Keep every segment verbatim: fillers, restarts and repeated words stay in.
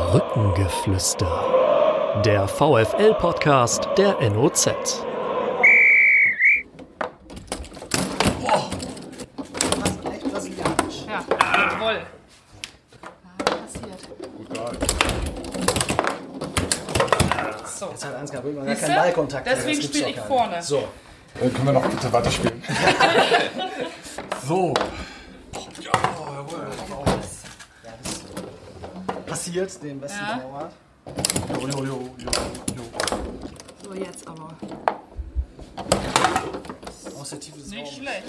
Brückengeflüster, der VfL-Podcast der N O Z. Boah, das ist echt brasilianisch. Ja, jawohl. Ah, passiert. Gut gehalten. So. Jetzt hat Ansgar Brückmann gar Siehste? keinen Ballkontakt. Deswegen spiele ich vorne. So. Äh, können wir noch bitte weiterspielen? So. Ja, jawohl. Ja, das passiert dem besten Ja. Torwart. Jo, jo, jo, jo, jo. So, jetzt aber. Aus der Tiefe des Nicht Raums. schlecht.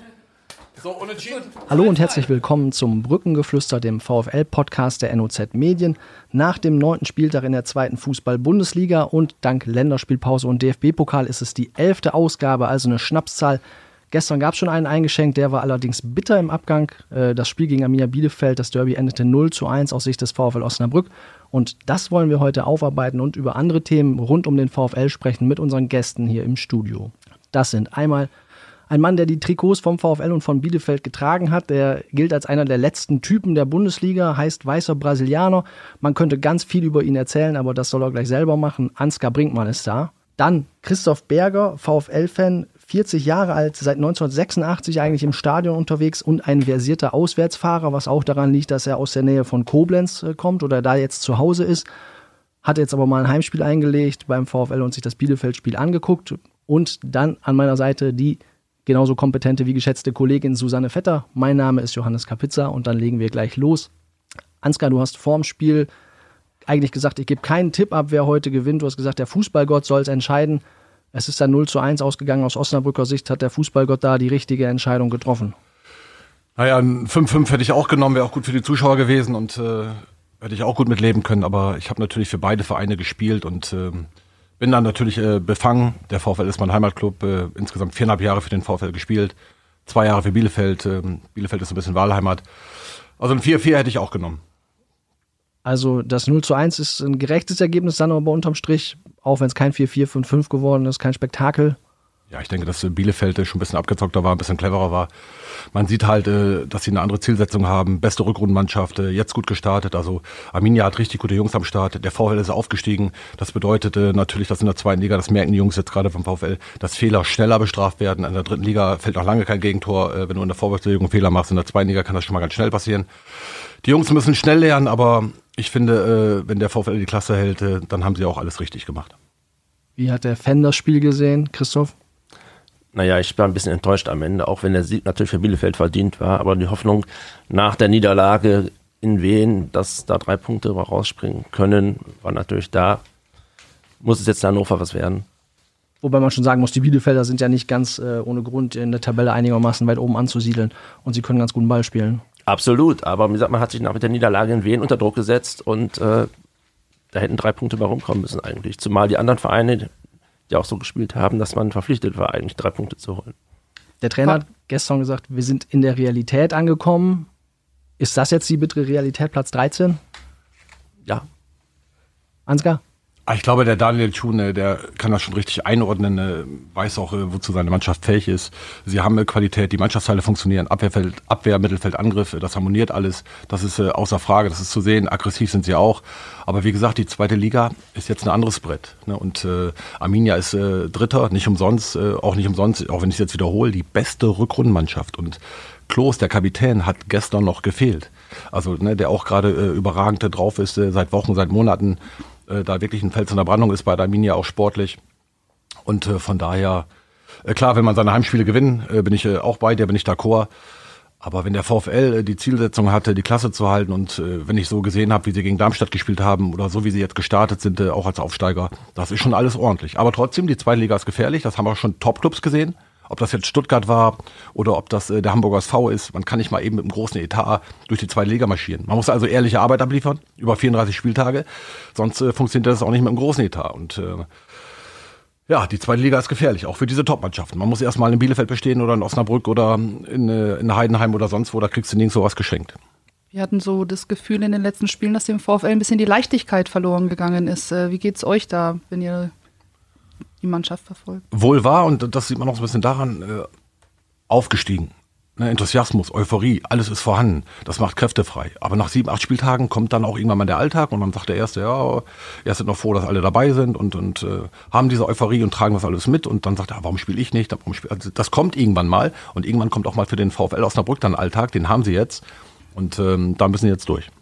So, unentschieden. Hallo und herzlich willkommen zum Brückengeflüster, dem VfL-Podcast der N O Z Medien. Nach dem neunten Spieltag in der zweiten Fußball-Bundesliga und dank Länderspielpause und D F B-Pokal ist es die elfte Ausgabe, also eine Schnapszahl. Gestern gab es schon einen eingeschenkt, der war allerdings bitter im Abgang. Das Spiel gegen Arminia Bielefeld, das Derby endete null zu eins aus Sicht des VfL Osnabrück. Und das wollen wir heute aufarbeiten und über andere Themen rund um den VfL sprechen mit unseren Gästen hier im Studio. Das sind einmal ein Mann, der die Trikots vom VfL und von Bielefeld getragen hat. Der gilt als einer der letzten Typen der Bundesliga, heißt weißer Brasilianer. Man könnte ganz viel über ihn erzählen, aber das soll er gleich selber machen. Ansgar Brinkmann ist da. Dann Christoph Berger, VfL-Fan, vierzig Jahre alt, seit neunzehnhundertsechsundachtzig eigentlich im Stadion unterwegs und ein versierter Auswärtsfahrer, was auch daran liegt, dass er aus der Nähe von Koblenz äh, kommt oder da jetzt zu Hause ist. Hat jetzt aber mal ein Heimspiel eingelegt beim VfL und sich das Bielefeld-Spiel angeguckt. Und dann an meiner Seite die genauso kompetente wie geschätzte Kollegin Susanne Vetter. Mein Name ist Johannes Kapitza und dann legen wir gleich los. Ansgar, du hast vorm Spiel eigentlich gesagt, ich gebe keinen Tipp ab, wer heute gewinnt. Du hast gesagt, der Fußballgott soll es entscheiden. Es ist dann null zu eins ausgegangen. Aus Osnabrücker Sicht hat der Fußballgott da die richtige Entscheidung getroffen. Naja, ein fünf fünf hätte ich auch genommen, wäre auch gut für die Zuschauer gewesen und äh, hätte ich auch gut mitleben können. Aber ich habe natürlich für beide Vereine gespielt und äh, bin dann natürlich äh, befangen. Der VfL ist mein Heimatclub. Äh, insgesamt viereinhalb Jahre für den VfL gespielt. Zwei Jahre für Bielefeld. Äh, Bielefeld ist ein bisschen Wahlheimat. Also ein vier vier hätte ich auch genommen. Also das null zu eins ist ein gerechtes Ergebnis, dann aber unterm Strich, auch wenn es kein vier vier fünf fünf geworden ist, kein Spektakel. Ja, ich denke, dass Bielefeld schon ein bisschen abgezockter war, ein bisschen cleverer war. Man sieht halt, dass sie eine andere Zielsetzung haben. Beste Rückrundenmannschaft, jetzt gut gestartet. Also Arminia hat richtig gute Jungs am Start. Der VfL ist aufgestiegen. Das bedeutet natürlich, dass in der zweiten Liga, das merken die Jungs jetzt gerade vom VfL, dass Fehler schneller bestraft werden. In der dritten Liga fällt noch lange kein Gegentor. Wenn du in der Vorwärtsbewegung Fehler machst, in der zweiten Liga kann das schon mal ganz schnell passieren. Die Jungs müssen schnell lernen, aber ich finde, wenn der VfL die Klasse hält, dann haben sie auch alles richtig gemacht. Wie hat der Fan das Spiel gesehen, Christoph? Naja, ich war ein bisschen enttäuscht am Ende, auch wenn der Sieg natürlich für Bielefeld verdient war. Aber die Hoffnung nach der Niederlage in Wien, dass da drei Punkte rausspringen können, war natürlich da. Muss es jetzt in Hannover was werden? Wobei man schon sagen muss, die Bielefelder sind ja nicht ganz äh, ohne Grund in der Tabelle einigermaßen weit oben anzusiedeln. Und sie können ganz guten Ball spielen. Absolut, aber wie gesagt, man hat sich nach mit der Niederlage in Wien unter Druck gesetzt und äh, da hätten drei Punkte bei rumkommen müssen eigentlich. Zumal die anderen Vereine, die auch so gespielt haben, dass man verpflichtet war, eigentlich drei Punkte zu holen. Der Trainer hat gestern gesagt, wir sind in der Realität angekommen. Ist das jetzt die bittere Realität, Platz dreizehn? Ja. Ansgar? Ich glaube, der Daniel Thune, der kann das schon richtig einordnen, weiß auch, wozu seine Mannschaft fähig ist. Sie haben Qualität, die Mannschaftsteile funktionieren, Abwehrfeld, Abwehr, Mittelfeld, Angriff, das harmoniert alles. Das ist außer Frage, das ist zu sehen. Aggressiv sind sie auch. Aber wie gesagt, die zweite Liga ist jetzt ein anderes Brett. Und äh, Arminia ist äh, Dritter, nicht umsonst, äh, auch nicht umsonst, auch wenn ich es jetzt wiederhole, die beste Rückrundenmannschaft. Und Klos, der Kapitän, hat gestern noch gefehlt. Also ne, der auch gerade äh, überragend drauf ist, äh, seit Wochen, seit Monaten. Da wirklich ein Fels in der Brandung ist bei der Arminia auch sportlich. Und äh, von daher, äh, klar, wenn man seine Heimspiele gewinnt, äh, bin ich äh, auch bei dir, bin ich d'accord. Aber wenn der VfL äh, die Zielsetzung hatte, die Klasse zu halten und äh, wenn ich so gesehen habe, wie sie gegen Darmstadt gespielt haben oder so wie sie jetzt gestartet sind, äh, auch als Aufsteiger, das ist schon alles ordentlich. Aber trotzdem, die zweite Liga ist gefährlich, das haben wir schon Top-Clubs gesehen. Ob das jetzt Stuttgart war oder ob das äh, der Hamburger S V ist, man kann nicht mal eben mit einem großen Etat durch die zweite Liga marschieren. Man muss also ehrliche Arbeit abliefern, über vierunddreißig Spieltage, sonst äh, funktioniert das auch nicht mit einem großen Etat. Und äh, ja, die zweite Liga ist gefährlich, auch für diese Top-Mannschaften. Man muss erstmal in Bielefeld bestehen oder in Osnabrück oder in, äh, in Heidenheim oder sonst wo, da kriegst du nirgends sowas geschenkt. Wir hatten so das Gefühl in den letzten Spielen, dass dem VfL ein bisschen die Leichtigkeit verloren gegangen ist. Wie geht's euch da, wenn ihr die Mannschaft verfolgt? Wohl wahr, und das sieht man auch so ein bisschen daran, äh, aufgestiegen. Ne, Enthusiasmus, Euphorie, alles ist vorhanden. Das macht Kräfte frei. Aber nach sieben, acht Spieltagen kommt dann auch irgendwann mal der Alltag und dann sagt der Erste, ja, er ist noch froh, dass alle dabei sind und, und äh, haben diese Euphorie und tragen das alles mit und dann sagt er, warum spiele ich nicht? Warum spiel? Also das kommt irgendwann mal und irgendwann kommt auch mal für den VfL Osnabrück dann Alltag, den haben sie jetzt und ähm, da müssen sie jetzt durch.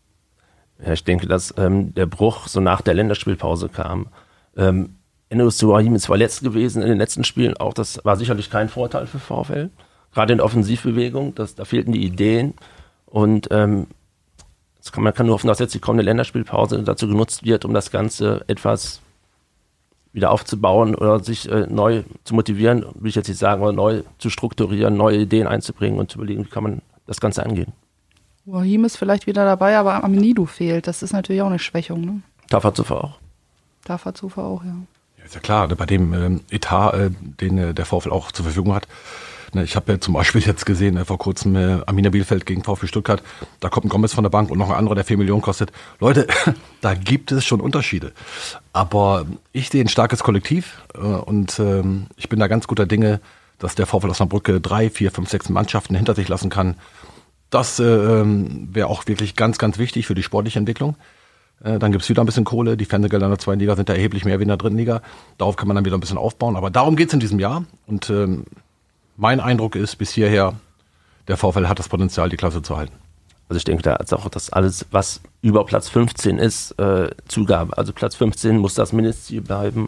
Ja, ich denke, dass ähm, der Bruch so nach der Länderspielpause kam. Ähm, Enes Suahim ist verletzt gewesen in den letzten Spielen, auch das war sicherlich kein Vorteil für VfL. Gerade in der Offensivbewegung, das, da fehlten die Ideen und ähm, das kann, man kann nur hoffen, dass jetzt die kommende Länderspielpause dazu genutzt wird, um das Ganze etwas wieder aufzubauen oder sich äh, neu zu motivieren, will ich jetzt nicht sagen, oder neu zu strukturieren, neue Ideen einzubringen und zu überlegen, wie kann man das Ganze angehen. Suahim ist vielleicht wieder dabei, aber Aminidu fehlt. Das ist natürlich auch eine Schwächung. Ne? Tafazufa auch. Tafazufa auch, ja. Ja, ist ja klar, bei dem ähm, Etat, äh, den äh, der VfL auch zur Verfügung hat. Ich habe ja zum Beispiel jetzt gesehen, vor kurzem äh, Arminia Bielefeld gegen VfB Stuttgart, da kommt ein Gomez von der Bank und noch ein anderer, der vier Millionen kostet. Leute, da gibt es schon Unterschiede. Aber ich sehe ein starkes Kollektiv äh, und ähm, ich bin da ganz guter Dinge, dass der VfL Osnabrück drei, vier, fünf, sechs Mannschaften hinter sich lassen kann. Das äh, wäre auch wirklich ganz, ganz wichtig für die sportliche Entwicklung. Äh, dann gibt es wieder ein bisschen Kohle, die Fernsehgelder in der zweiten Liga sind da erheblich mehr wie in der dritten Liga. Darauf kann man dann wieder ein bisschen aufbauen. Aber darum geht es in diesem Jahr und ähm, mein Eindruck ist bis hierher, der VfL hat das Potenzial, die Klasse zu halten. Also ich denke, da ist auch das alles, was über Platz fünfzehn ist, äh, Zugabe. Also Platz fünfzehn muss das Mindestziel bleiben.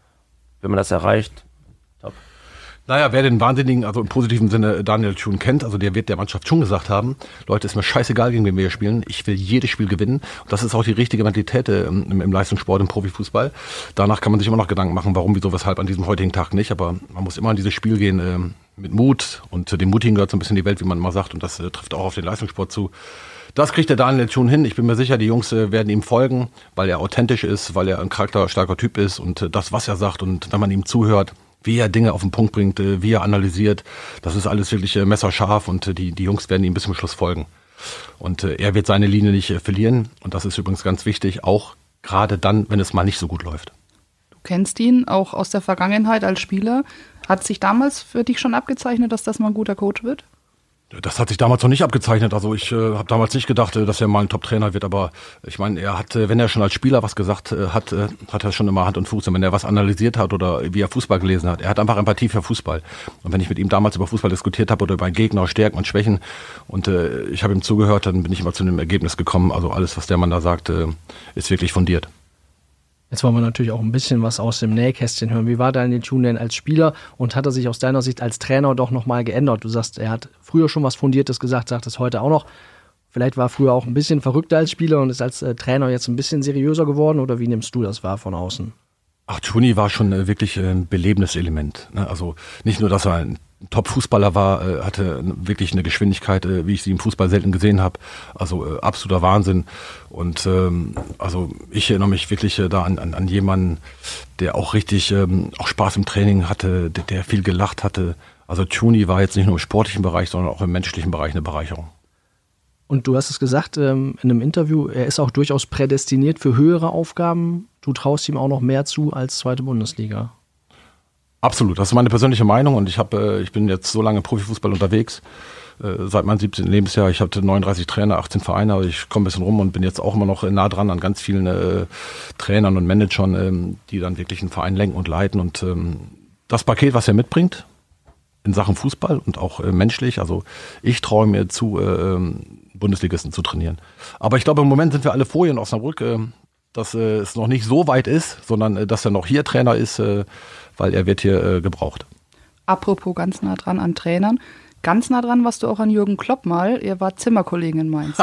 Wenn man das erreicht, top. Naja, wer den wahnsinnigen, also im positiven Sinne Daniel Thun kennt, also der wird der Mannschaft schon gesagt haben, Leute, ist mir scheißegal, gegen wen wir hier spielen, ich will jedes Spiel gewinnen. Und das ist auch die richtige Mentalität äh, im, im Leistungssport, im Profifußball. Danach kann man sich immer noch Gedanken machen, warum, wieso, weshalb an diesem heutigen Tag nicht. Aber man muss immer in dieses Spiel gehen äh, mit Mut und äh, dem Mutigen gehört so ein bisschen die Welt, wie man immer sagt. Und das äh, trifft auch auf den Leistungssport zu. Das kriegt der Daniel Thun hin. Ich bin mir sicher, die Jungs äh, werden ihm folgen, weil er authentisch ist, weil er ein charakterstarker Typ ist und äh, das, was er sagt und wenn man ihm zuhört, wie er Dinge auf den Punkt bringt, wie er analysiert. Das ist alles wirklich messerscharf und die, die Jungs werden ihm bis zum Schluss folgen. Und er wird seine Linie nicht verlieren. Und das ist übrigens ganz wichtig, auch gerade dann, wenn es mal nicht so gut läuft. Du kennst ihn auch aus der Vergangenheit als Spieler. Hat sich damals für dich schon abgezeichnet, dass das mal ein guter Coach wird? Das hat sich damals noch nicht abgezeichnet. Also ich äh, habe damals nicht gedacht, äh, dass er mal ein Top-Trainer wird. Aber ich meine, er hat, äh, wenn er schon als Spieler was gesagt äh, hat, äh, hat er schon immer Hand und Fuß. Und wenn er was analysiert hat oder wie er Fußball gelesen hat, er hat einfach Empathie für Fußball. Und wenn ich mit ihm damals über Fußball diskutiert habe oder über einen Gegner, Stärken und Schwächen und äh, ich habe ihm zugehört, dann bin ich immer zu einem Ergebnis gekommen. Also alles, was der Mann da sagt, äh, ist wirklich fundiert. Jetzt wollen wir natürlich auch ein bisschen was aus dem Nähkästchen hören. Wie war Daniel Thun denn als Spieler und hat er sich aus deiner Sicht als Trainer doch nochmal geändert? Du sagst, er hat früher schon was Fundiertes gesagt, sagt es heute auch noch. Vielleicht war er früher auch ein bisschen verrückter als Spieler und ist als äh, Trainer jetzt ein bisschen seriöser geworden oder wie nimmst du das wahr von außen? Ach, Thuni war schon äh, wirklich ein belebendes Element. Ne? Also nicht nur, dass er ein Top-Fußballer war, äh, hatte wirklich eine Geschwindigkeit, äh, wie ich sie im Fußball selten gesehen habe. Also äh, absoluter Wahnsinn. Und ähm, also ich erinnere mich wirklich äh, da an, an, an jemanden, der auch richtig ähm, auch Spaß im Training hatte, der, der viel gelacht hatte. Also Thuni war jetzt nicht nur im sportlichen Bereich, sondern auch im menschlichen Bereich eine Bereicherung. Und du hast es gesagt ähm, in einem Interview, er ist auch durchaus prädestiniert für höhere Aufgaben. Du traust ihm auch noch mehr zu als zweite Bundesliga. Absolut, das ist meine persönliche Meinung und ich habe, ich bin jetzt so lange im Profifußball unterwegs, äh, seit meinem siebzehnten Lebensjahr. Ich hatte neununddreißig Trainer, achtzehn Vereine, also ich komme ein bisschen rum und bin jetzt auch immer noch nah dran an ganz vielen äh, Trainern und Managern, ähm, die dann wirklich einen Verein lenken und leiten. Und ähm, das Paket, was er mitbringt in Sachen Fußball und auch äh, menschlich, also ich traue mir zu, äh, Bundesligisten zu trainieren. Aber ich glaube, im Moment sind wir alle froh hier in Osnabrück, äh, dass äh, es noch nicht so weit ist, sondern äh, dass er noch hier Trainer ist, äh, weil er wird hier äh, gebraucht. Apropos ganz nah dran an Trainern, ganz nah dran warst du auch an Jürgen Klopp mal. Ihr wart Zimmerkollegen in Mainz.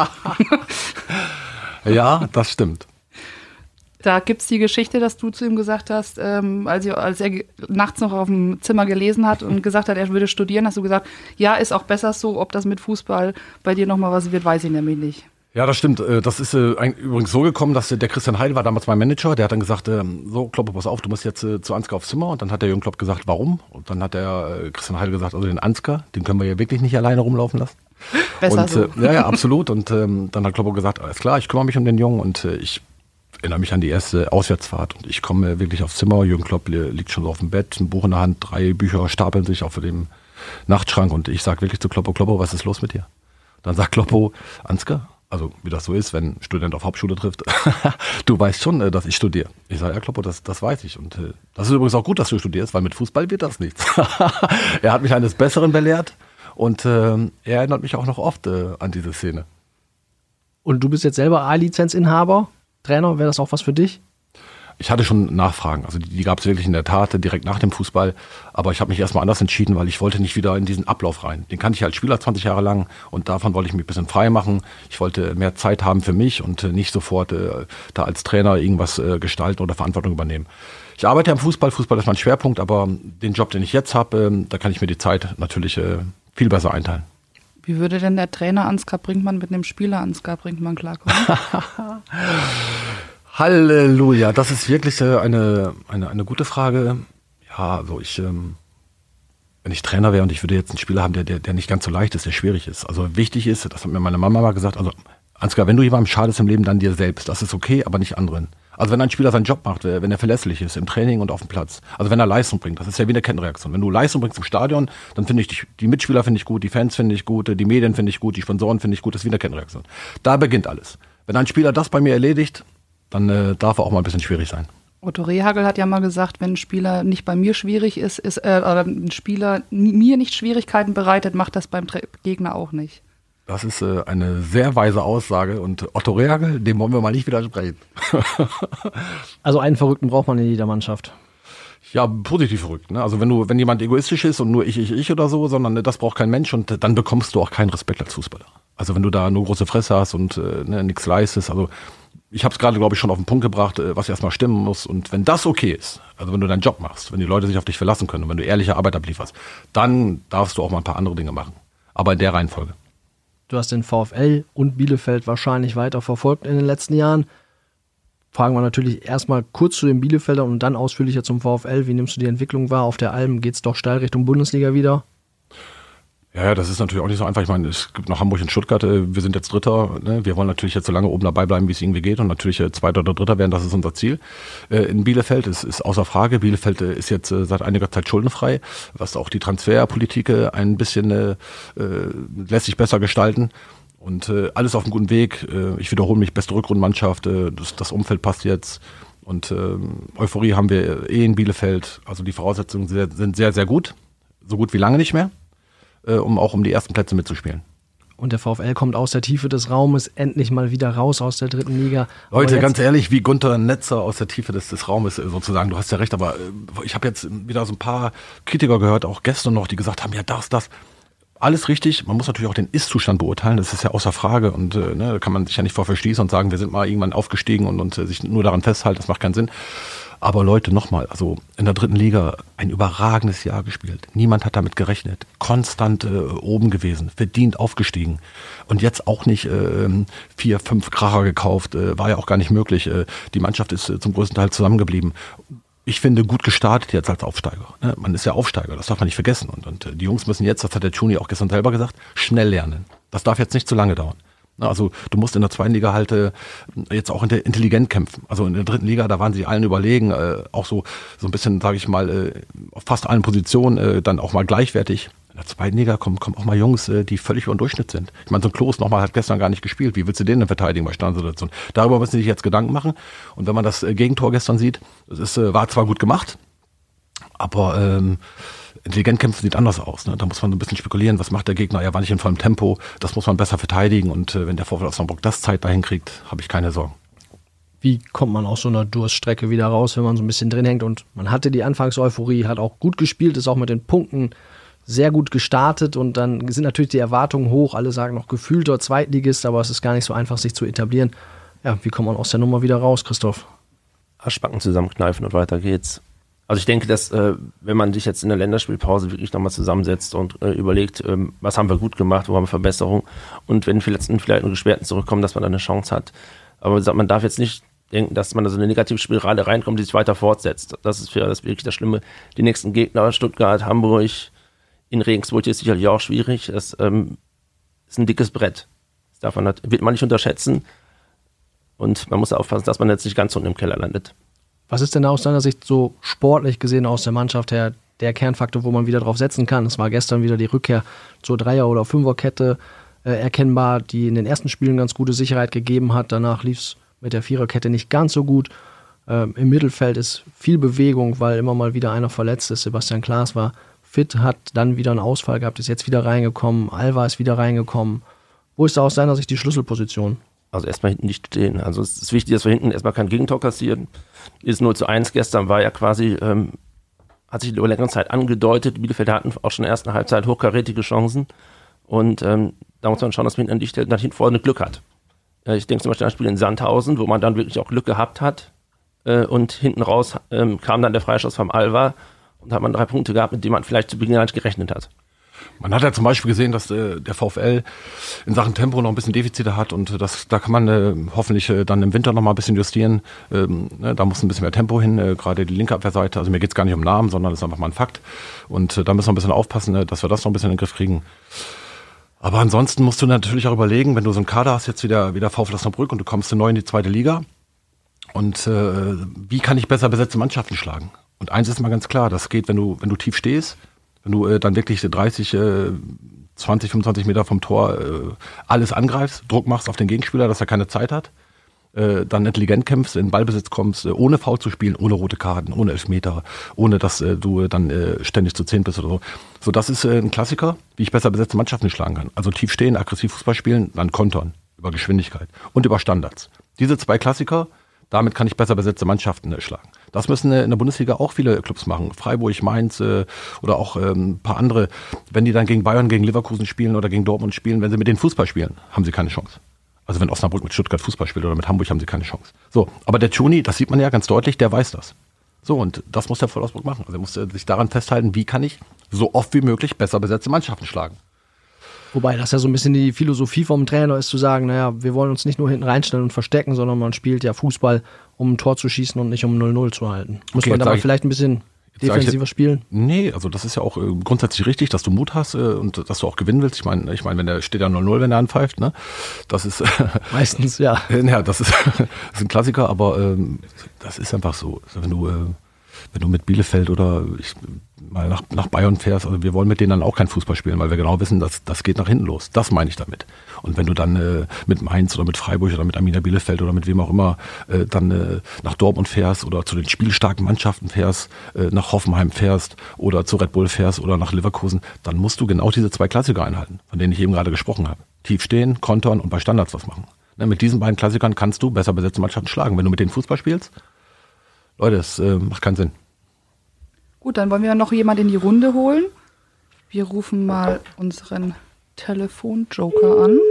Ja, das stimmt. Da gibt es die Geschichte, dass du zu ihm gesagt hast, ähm, als, ihr, als er nachts noch auf dem Zimmer gelesen hat und gesagt hat, er würde studieren, hast du gesagt, ja, ist auch besser so, ob das mit Fußball bei dir nochmal was wird, weiß ich nämlich nicht. Ja, das stimmt. Das ist übrigens so gekommen, dass der Christian Heidel war damals mein Manager. Der hat dann gesagt, so Klopp, pass auf, du musst jetzt zu Ansgar aufs Zimmer. Und dann hat der Jürgen Klopp gesagt, warum? Und dann hat der Christian Heidel gesagt, also den Ansgar, den können wir ja wirklich nicht alleine rumlaufen lassen. Besser und, so. Äh, ja, ja, absolut. Und ähm, dann hat Klopp gesagt, alles klar, ich kümmere mich um den Jungen. Und äh, ich erinnere mich an die erste Auswärtsfahrt. Und ich komme wirklich aufs Zimmer. Jürgen Klopp liegt schon so auf dem Bett, ein Buch in der Hand, drei Bücher stapeln sich auf dem Nachtschrank und ich sage wirklich zu Kloppo, Kloppo, was ist los mit dir? Dann sagt Kloppo, Ansgar, also wie das so ist, wenn ein Student auf Hauptschule trifft, du weißt schon, dass ich studiere. Ich sage, ja Kloppo, das, das weiß ich. Und äh, das ist übrigens auch gut, dass du studierst, weil mit Fußball wird das nichts. Er hat mich eines Besseren belehrt und äh, er erinnert mich auch noch oft äh, an diese Szene. Und du bist jetzt selber A-Lizenzinhaber, Trainer, wäre das auch was für dich? Ich hatte schon Nachfragen, also die, die gab es wirklich in der Tat direkt nach dem Fußball, aber ich habe mich erstmal anders entschieden, weil ich wollte nicht wieder in diesen Ablauf rein. Den kannte ich als Spieler zwanzig Jahre lang und davon wollte ich mich ein bisschen frei machen. Ich wollte mehr Zeit haben für mich und nicht sofort äh, da als Trainer irgendwas äh, gestalten oder Verantwortung übernehmen. Ich arbeite am Fußball, Fußball ist mein Schwerpunkt, aber den Job, den ich jetzt habe, äh, da kann ich mir die Zeit natürlich äh, viel besser einteilen. Wie würde denn der Trainer Ansgar Brinkmann mit dem Spieler Ansgar Brinkmann klarkommen? Halleluja, das ist wirklich äh, eine, eine, eine gute Frage. Ja, also ich, ähm, wenn ich Trainer wäre und ich würde jetzt einen Spieler haben, der, der, der nicht ganz so leicht ist, der schwierig ist. Also wichtig ist, das hat mir meine Mama mal gesagt, also Ansgar, wenn du jemandem schadest im Leben, dann dir selbst. Das ist okay, aber nicht anderen. Also wenn ein Spieler seinen Job macht, wenn er verlässlich ist, im Training und auf dem Platz, also wenn er Leistung bringt, das ist ja wie eine Kettenreaktion. Wenn du Leistung bringst im Stadion, dann finde ich, die, die Mitspieler finde ich gut, die Fans finde ich gut, die Medien finde ich gut, die Sponsoren finde ich gut, das ist wie eine Kettenreaktion. Da beginnt alles. Wenn ein Spieler das bei mir erledigt, dann äh, darf er auch mal ein bisschen schwierig sein. Otto Rehagel hat ja mal gesagt, wenn ein Spieler nicht bei mir schwierig ist, ist äh, oder ein Spieler mir nicht Schwierigkeiten bereitet, macht das beim Tra- Gegner auch nicht. Das ist äh, eine sehr weise Aussage und Otto Rehagel, dem wollen wir mal nicht widersprechen. Also einen Verrückten braucht man in jeder Mannschaft. Ja, positiv verrückt. Ne? Also wenn du, wenn jemand egoistisch ist und nur ich, ich, ich oder so, sondern ne, das braucht kein Mensch und äh, dann bekommst du auch keinen Respekt als Fußballer. Also wenn du da nur große Fresse hast und äh, ne, nichts leistest, also ich habe es gerade, glaube ich, schon auf den Punkt gebracht, was erstmal stimmen muss. Und wenn das okay ist, also wenn du deinen Job machst, wenn die Leute sich auf dich verlassen können und wenn du ehrliche Arbeit ablieferst, dann darfst du auch mal ein paar andere Dinge machen. Aber in der Reihenfolge. Du hast den VfL und Bielefeld wahrscheinlich weiter verfolgt in den letzten Jahren. Fragen wir natürlich erstmal kurz zu den Bielefeldern und dann ausführlicher zum VfL. Wie nimmst du die Entwicklung wahr? Auf der Alm geht es doch steil Richtung Bundesliga wieder. Ja, ja, das ist natürlich auch nicht so einfach. Ich meine, es gibt noch Hamburg und Stuttgart. Wir sind jetzt Dritter. Ne? Wir wollen natürlich jetzt so lange oben dabei bleiben, wie es irgendwie geht. Und natürlich Zweiter oder Dritter werden, das ist unser Ziel. In Bielefeld ist, ist außer Frage. Bielefeld ist jetzt seit einiger Zeit schuldenfrei, was auch die Transferpolitik ein bisschen äh, lässt sich besser gestalten. Und äh, alles auf einem guten Weg. Äh, ich wiederhole mich, beste Rückrundenmannschaft. Äh, das, das Umfeld passt jetzt. Und äh, Euphorie haben wir eh in Bielefeld. Also die Voraussetzungen sehr, sind sehr, sehr gut. So gut wie lange nicht mehr. Um auch um die ersten Plätze mitzuspielen. Und der VfL kommt aus der Tiefe des Raumes endlich mal wieder raus aus der dritten Liga. Leute, ganz ehrlich, wie Gunter Netzer aus der Tiefe des, des Raumes sozusagen, du hast ja recht, aber ich habe jetzt wieder so ein paar Kritiker gehört, auch gestern noch, die gesagt haben, ja das, das, alles richtig. Man muss natürlich auch den Ist-Zustand beurteilen, das ist ja außer Frage und äh, ne, da kann man sich ja nicht vor verschließen und sagen, wir sind mal irgendwann aufgestiegen und, und äh, sich nur daran festhalten, das macht keinen Sinn. Aber Leute, nochmal, also in der dritten Liga ein überragendes Jahr gespielt. Niemand hat damit gerechnet. Konstant äh, oben gewesen, verdient aufgestiegen. Und jetzt auch nicht äh, vier, fünf Kracher gekauft, äh, war ja auch gar nicht möglich. Äh, die Mannschaft ist äh, zum größten Teil zusammengeblieben. Ich finde, gut gestartet jetzt als Aufsteiger. Ne? Man ist ja Aufsteiger, das darf man nicht vergessen. Und, und die Jungs müssen jetzt, das hat der Juni auch gestern selber gesagt, schnell lernen. Das darf jetzt nicht zu lange dauern. Also du musst in der zweiten Liga halt äh, jetzt auch intelligent kämpfen. Also in der dritten Liga, da waren sie allen überlegen, äh, auch so so ein bisschen, sage ich mal, äh, auf fast allen Positionen äh, dann auch mal gleichwertig. In der zweiten Liga kommen, kommen auch mal Jungs, äh, die völlig über den Durchschnitt sind. Ich meine, so ein Klos nochmal hat gestern gar nicht gespielt. Wie willst du den denn verteidigen bei Standardsituationen? Darüber müssen sie sich jetzt Gedanken machen. Und wenn man das äh, Gegentor gestern sieht, das ist, äh, war zwar gut gemacht, aber ähm, intelligent kämpfen sieht anders aus. Ne? Da muss man so ein bisschen spekulieren, was macht der Gegner, er war nicht in vollem Tempo, das muss man besser verteidigen und äh, wenn der VfL Osnabrück das Zeit dahin kriegt, habe ich keine Sorgen. Wie kommt man aus so einer Durststrecke wieder raus, wenn man so ein bisschen drin hängt und man hatte die Anfangseuphorie, hat auch gut gespielt, ist auch mit den Punkten sehr gut gestartet und dann sind natürlich die Erwartungen hoch, alle sagen noch gefühlter Zweitligist, aber es ist gar nicht so einfach, sich zu etablieren. Ja, wie kommt man aus der Nummer wieder raus, Christoph? Arschbacken zusammenkneifen und weiter geht's. Also ich denke, dass äh, wenn man sich jetzt in der Länderspielpause wirklich nochmal zusammensetzt und äh, überlegt, ähm, was haben wir gut gemacht, wo haben wir Verbesserungen und wenn vielleicht, vielleicht nur Gesperrten zurückkommen, dass man da eine Chance hat. Aber man darf jetzt nicht denken, dass man da so eine Negativspirale reinkommt, die sich weiter fortsetzt. Das ist für das wirklich das Schlimme. Die nächsten Gegner, Stuttgart, Hamburg, in Regensburg ist sicherlich auch schwierig. Das ähm, ist ein dickes Brett. Das darf man, wird man nicht unterschätzen und man muss aufpassen, dass man jetzt nicht ganz unten im Keller landet. Was ist denn aus deiner Sicht so sportlich gesehen aus der Mannschaft her der Kernfaktor, wo man wieder drauf setzen kann. Es war gestern wieder die Rückkehr zur Dreier- oder Fünferkette äh, erkennbar, die in den ersten Spielen ganz gute Sicherheit gegeben hat. Danach lief es mit der Viererkette nicht ganz so gut. Ähm, Im Mittelfeld ist viel Bewegung, weil immer mal wieder einer verletzt ist. Sebastian Klaas war fit, hat dann wieder einen Ausfall gehabt, ist jetzt wieder reingekommen. Alva ist wieder reingekommen. Wo ist da aus seiner Sicht die Schlüsselposition? Also erstmal hinten nicht stehen. Also es ist wichtig, dass wir hinten erstmal kein Gegentor kassieren. Ist null zu eins gestern, war ja quasi, ähm, hat sich über längere Zeit angedeutet. Bielefeld hatten auch schon in der ersten Halbzeit hochkarätige Chancen. Und ähm, da muss man schauen, dass man hinten nicht hält und dann hinten vorne Glück hat. Äh, ich denke zum Beispiel an das Spiel in Sandhausen, wo man dann wirklich auch Glück gehabt hat. Äh, und hinten raus ähm, kam dann der Freistoß vom Alva. Und da hat man drei Punkte gehabt, mit denen man vielleicht zu Beginn gar nicht gerechnet hat. Man hat ja zum Beispiel gesehen, dass äh, der VfL in Sachen Tempo noch ein bisschen Defizite hat und das, da kann man äh, hoffentlich äh, dann im Winter noch mal ein bisschen justieren. Ähm, ne, da muss ein bisschen mehr Tempo hin, äh, gerade die linke Abwehrseite. Also mir geht es gar nicht um Namen, sondern das ist einfach mal ein Fakt. Und äh, da müssen wir ein bisschen aufpassen, äh, dass wir das noch ein bisschen in den Griff kriegen. Aber ansonsten musst du natürlich auch überlegen, wenn du so einen Kader hast, jetzt wieder, wieder VfL Osnabrück und du kommst neu in die zweite Liga. Und äh, wie kann ich besser besetzte Mannschaften schlagen? Und eins ist mal ganz klar, das geht, wenn du, wenn du tief stehst. Wenn du äh, dann wirklich dreißig, äh, zwanzig, fünfundzwanzig Meter vom Tor äh, alles angreifst, Druck machst auf den Gegenspieler, dass er keine Zeit hat, äh, dann intelligent kämpfst, in Ballbesitz kommst, äh, ohne Foul zu spielen, ohne rote Karten, ohne Elfmeter, ohne dass äh, du äh, dann äh, ständig zu zehn bist oder so. So, das ist äh, ein Klassiker, wie ich besser besetzte Mannschaften schlagen kann. Also tief stehen, aggressiv Fußball spielen, dann kontern über Geschwindigkeit und über Standards. Diese zwei Klassiker, damit kann ich besser besetzte Mannschaften äh, schlagen. Das müssen äh, in der Bundesliga auch viele Clubs machen. Freiburg, Mainz äh, oder auch ähm, ein paar andere. Wenn die dann gegen Bayern, gegen Leverkusen spielen oder gegen Dortmund spielen, wenn sie mit denen Fußball spielen, haben sie keine Chance. Also wenn Osnabrück mit Stuttgart Fußball spielt oder mit Hamburg, haben sie keine Chance. So, aber der Tschuni, das sieht man ja ganz deutlich, der weiß das. So, und das muss der VfL Osnabrück machen. Also er muss äh, sich daran festhalten, wie kann ich so oft wie möglich besser besetzte Mannschaften schlagen. Wobei das ja so ein bisschen die Philosophie vom Trainer ist, zu sagen, naja, wir wollen uns nicht nur hinten reinstellen und verstecken, sondern man spielt ja Fußball, um ein Tor zu schießen und nicht um null null zu halten. Muss okay, man da mal ich, vielleicht ein bisschen defensiver spielen? Nee, also das ist ja auch äh, grundsätzlich richtig, dass du Mut hast äh, und dass du auch gewinnen willst. Ich meine, ich meine, wenn der steht ja null null, wenn der anpfeift, ne? Das ist meistens, ja. Ja, das ist, das ist ein Klassiker, aber ähm, das ist einfach so. Also wenn du, äh, wenn du mit Bielefeld oder ich, mal nach, nach Bayern fährst, also wir wollen mit denen dann auch kein Fußball spielen, weil wir genau wissen, dass das geht nach hinten los. Das meine ich damit. Und wenn du dann äh, mit Mainz oder mit Freiburg oder mit Arminia Bielefeld oder mit wem auch immer äh, dann äh, nach Dortmund fährst oder zu den spielstarken Mannschaften fährst, äh, nach Hoffenheim fährst oder zu Red Bull fährst oder nach Leverkusen, dann musst du genau diese zwei Klassiker einhalten, von denen ich eben gerade gesprochen habe. Tief stehen, kontern und bei Standards was machen. Ne, mit diesen beiden Klassikern kannst du besser besetzte Mannschaften schlagen. Wenn du mit denen Fußball spielst, Leute, das äh, macht keinen Sinn. Gut, dann wollen wir noch jemand in die Runde holen. Wir rufen mal unseren Telefonjoker an,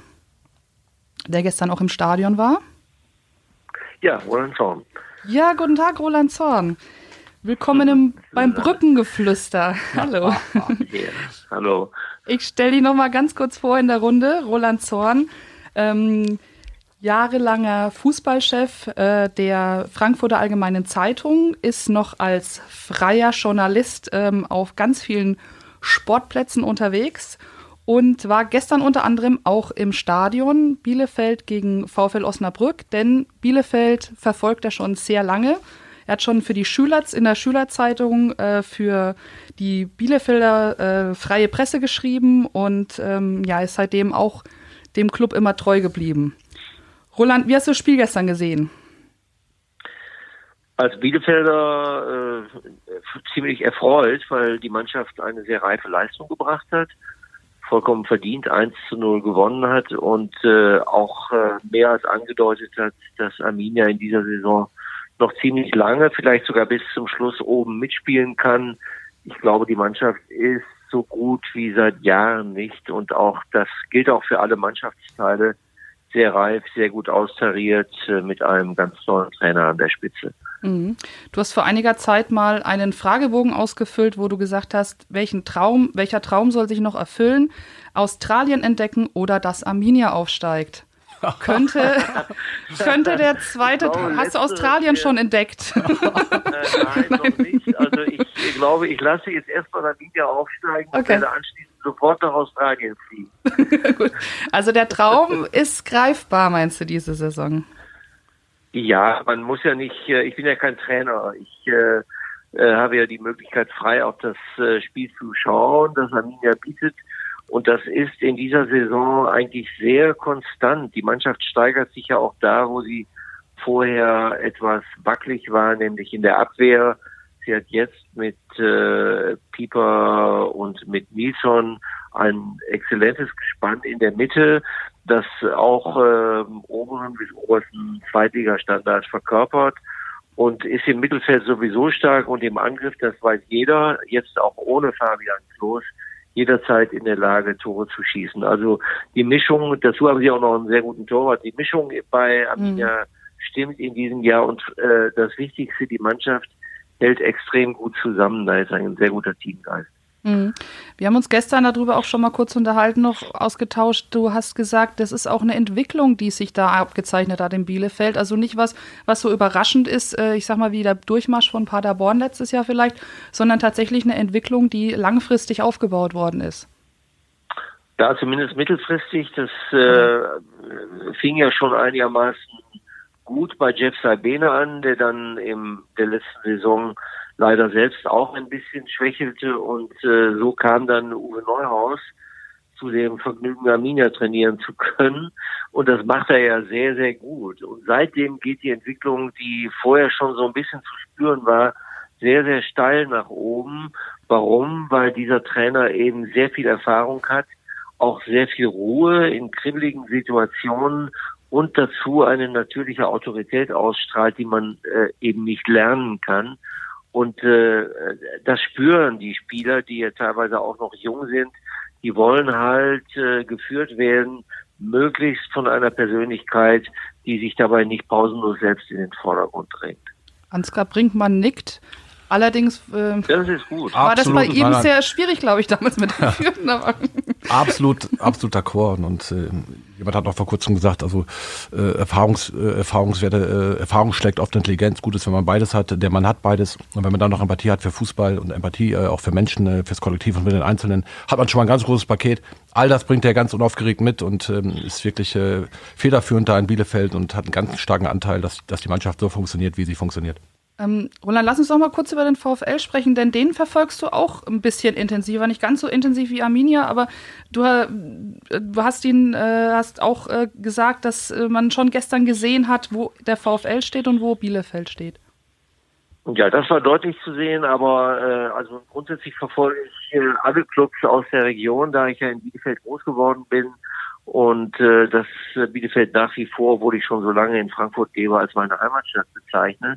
der gestern auch im Stadion war. Ja, Roland Zorn. Ja, guten Tag, Roland Zorn. Willkommen im, beim Brückengeflüster. Hallo. Yeah. Hallo. Ich stelle dich noch mal ganz kurz vor in der Runde. Roland Zorn, ähm, jahrelanger Fußballchef äh, der Frankfurter Allgemeinen Zeitung, ist noch als freier Journalist ähm, auf ganz vielen Sportplätzen unterwegs und war gestern unter anderem auch im Stadion Bielefeld gegen VfL Osnabrück, denn Bielefeld verfolgt er schon sehr lange. Er hat schon für die Schüler in der Schülerzeitung äh, für die Bielefelder äh, Freie Presse geschrieben und ähm, ja, ist seitdem auch dem Club immer treu geblieben. Roland, wie hast du das Spiel gestern gesehen? Als Bielefelder äh, ziemlich erfreut, weil die Mannschaft eine sehr reife Leistung gebracht hat, vollkommen verdient eins zu null gewonnen hat und äh, auch äh, mehr als angedeutet hat, dass Arminia in dieser Saison noch ziemlich lange, vielleicht sogar bis zum Schluss oben mitspielen kann. Ich glaube, die Mannschaft ist so gut wie seit Jahren nicht und auch das gilt auch für alle Mannschaftsteile. Sehr reif, sehr gut austariert, mit einem ganz tollen Trainer an der Spitze. Mhm. Du hast vor einiger Zeit mal einen Fragebogen ausgefüllt, wo du gesagt hast, welchen Traum, welcher Traum soll sich noch erfüllen? Australien entdecken oder dass Arminia aufsteigt? Könnte, könnte der zweite, glaube, hast du letzte, Australien ja. schon entdegt? Äh, nein, noch nicht. Also ich, ich glaube, ich lasse jetzt erstmal Arminia aufsteigen und Okay. werde anschließend sofort nach Australien fliegen. Gut. Also der Traum ist greifbar, meinst du, diese Saison? Ja, man muss ja nicht, ich bin ja kein Trainer. Ich äh, äh, habe ja die Möglichkeit, frei auf das äh, Spiel zu schauen, das Arminia bietet. Und das ist in dieser Saison eigentlich sehr konstant. Die Mannschaft steigert sich ja auch da, wo sie vorher etwas wackelig war, nämlich in der Abwehr. Sie hat jetzt mit äh, Pieper und mit Nilsson ein exzellentes Gespann in der Mitte, das auch äh, oberen bis obersten Zweitligastandard verkörpert und ist im Mittelfeld sowieso stark und im Angriff, das weiß jeder, jetzt auch ohne Fabian Klos, jederzeit in der Lage, Tore zu schießen. Also die Mischung, dazu haben sie auch noch einen sehr guten Torwart, die Mischung bei Arminia mhm. stimmt in diesem Jahr und äh, das Wichtigste, die Mannschaft hält extrem gut zusammen, da ist ein sehr guter Teamgeist. Mhm. Wir haben uns gestern darüber auch schon mal kurz unterhalten, noch ausgetauscht. Du hast gesagt, das ist auch eine Entwicklung, die sich da abgezeichnet hat in Bielefeld. Also nicht was, was so überraschend ist, ich sag mal wie der Durchmarsch von Paderborn letztes Jahr vielleicht, sondern tatsächlich eine Entwicklung, die langfristig aufgebaut worden ist. Ja, zumindest mittelfristig. Das äh, fing ja schon einigermaßen gut bei Jeff Saibene an, der dann in der letzten Saison leider selbst auch ein bisschen schwächelte und äh, so kam dann Uwe Neuhaus zu dem Vergnügen, Arminia trainieren zu können und das macht er ja sehr, sehr gut und seitdem geht die Entwicklung, die vorher schon so ein bisschen zu spüren war, sehr, sehr steil nach oben. Warum? Weil dieser Trainer eben sehr viel Erfahrung hat, auch sehr viel Ruhe in kribbeligen Situationen und dazu eine natürliche Autorität ausstrahlt, die man äh, eben nicht lernen kann. Und äh, das spüren die Spieler, die ja teilweise auch noch jung sind. Die wollen halt äh, geführt werden, möglichst von einer Persönlichkeit, die sich dabei nicht pausenlos selbst in den Vordergrund drängt. Ansgar Brinkmann nickt. Allerdings äh, das ist gut. war Absolut, das bei ihm nein, nein. sehr schwierig, glaube ich, damals mit dem Führen. Aber Absolut, absolut d'accord. Und äh, jemand hat auch vor kurzem gesagt, also äh, Erfahrungs, äh, Erfahrungswerte, äh, Erfahrung schlägt oft Intelligenz. Gut ist, wenn man beides hat. Der Mann hat beides. Und wenn man dann noch Empathie hat für Fußball und Empathie äh, auch für Menschen, äh, fürs Kollektiv und für den Einzelnen, hat man schon mal ein ganz großes Paket. All das bringt er ganz unaufgeregt mit und ähm, ist wirklich äh, federführend da in Bielefeld und hat einen ganz starken Anteil, dass, dass die Mannschaft so funktioniert, wie sie funktioniert. Ähm, Roland, lass uns doch mal kurz über den VfL sprechen, denn den verfolgst du auch ein bisschen intensiver, nicht ganz so intensiv wie Arminia, aber du, äh, du hast ihn, äh, hast auch äh, gesagt, dass äh, man schon gestern gesehen hat, wo der VfL steht und wo Bielefeld steht. Ja, das war deutlich zu sehen, aber äh, also grundsätzlich verfolge ich äh, alle Clubs aus der Region, da ich ja in Bielefeld groß geworden bin und äh, das äh, Bielefeld nach wie vor, obwohl ich schon so lange in Frankfurt lebe, als meine Heimatstadt bezeichne.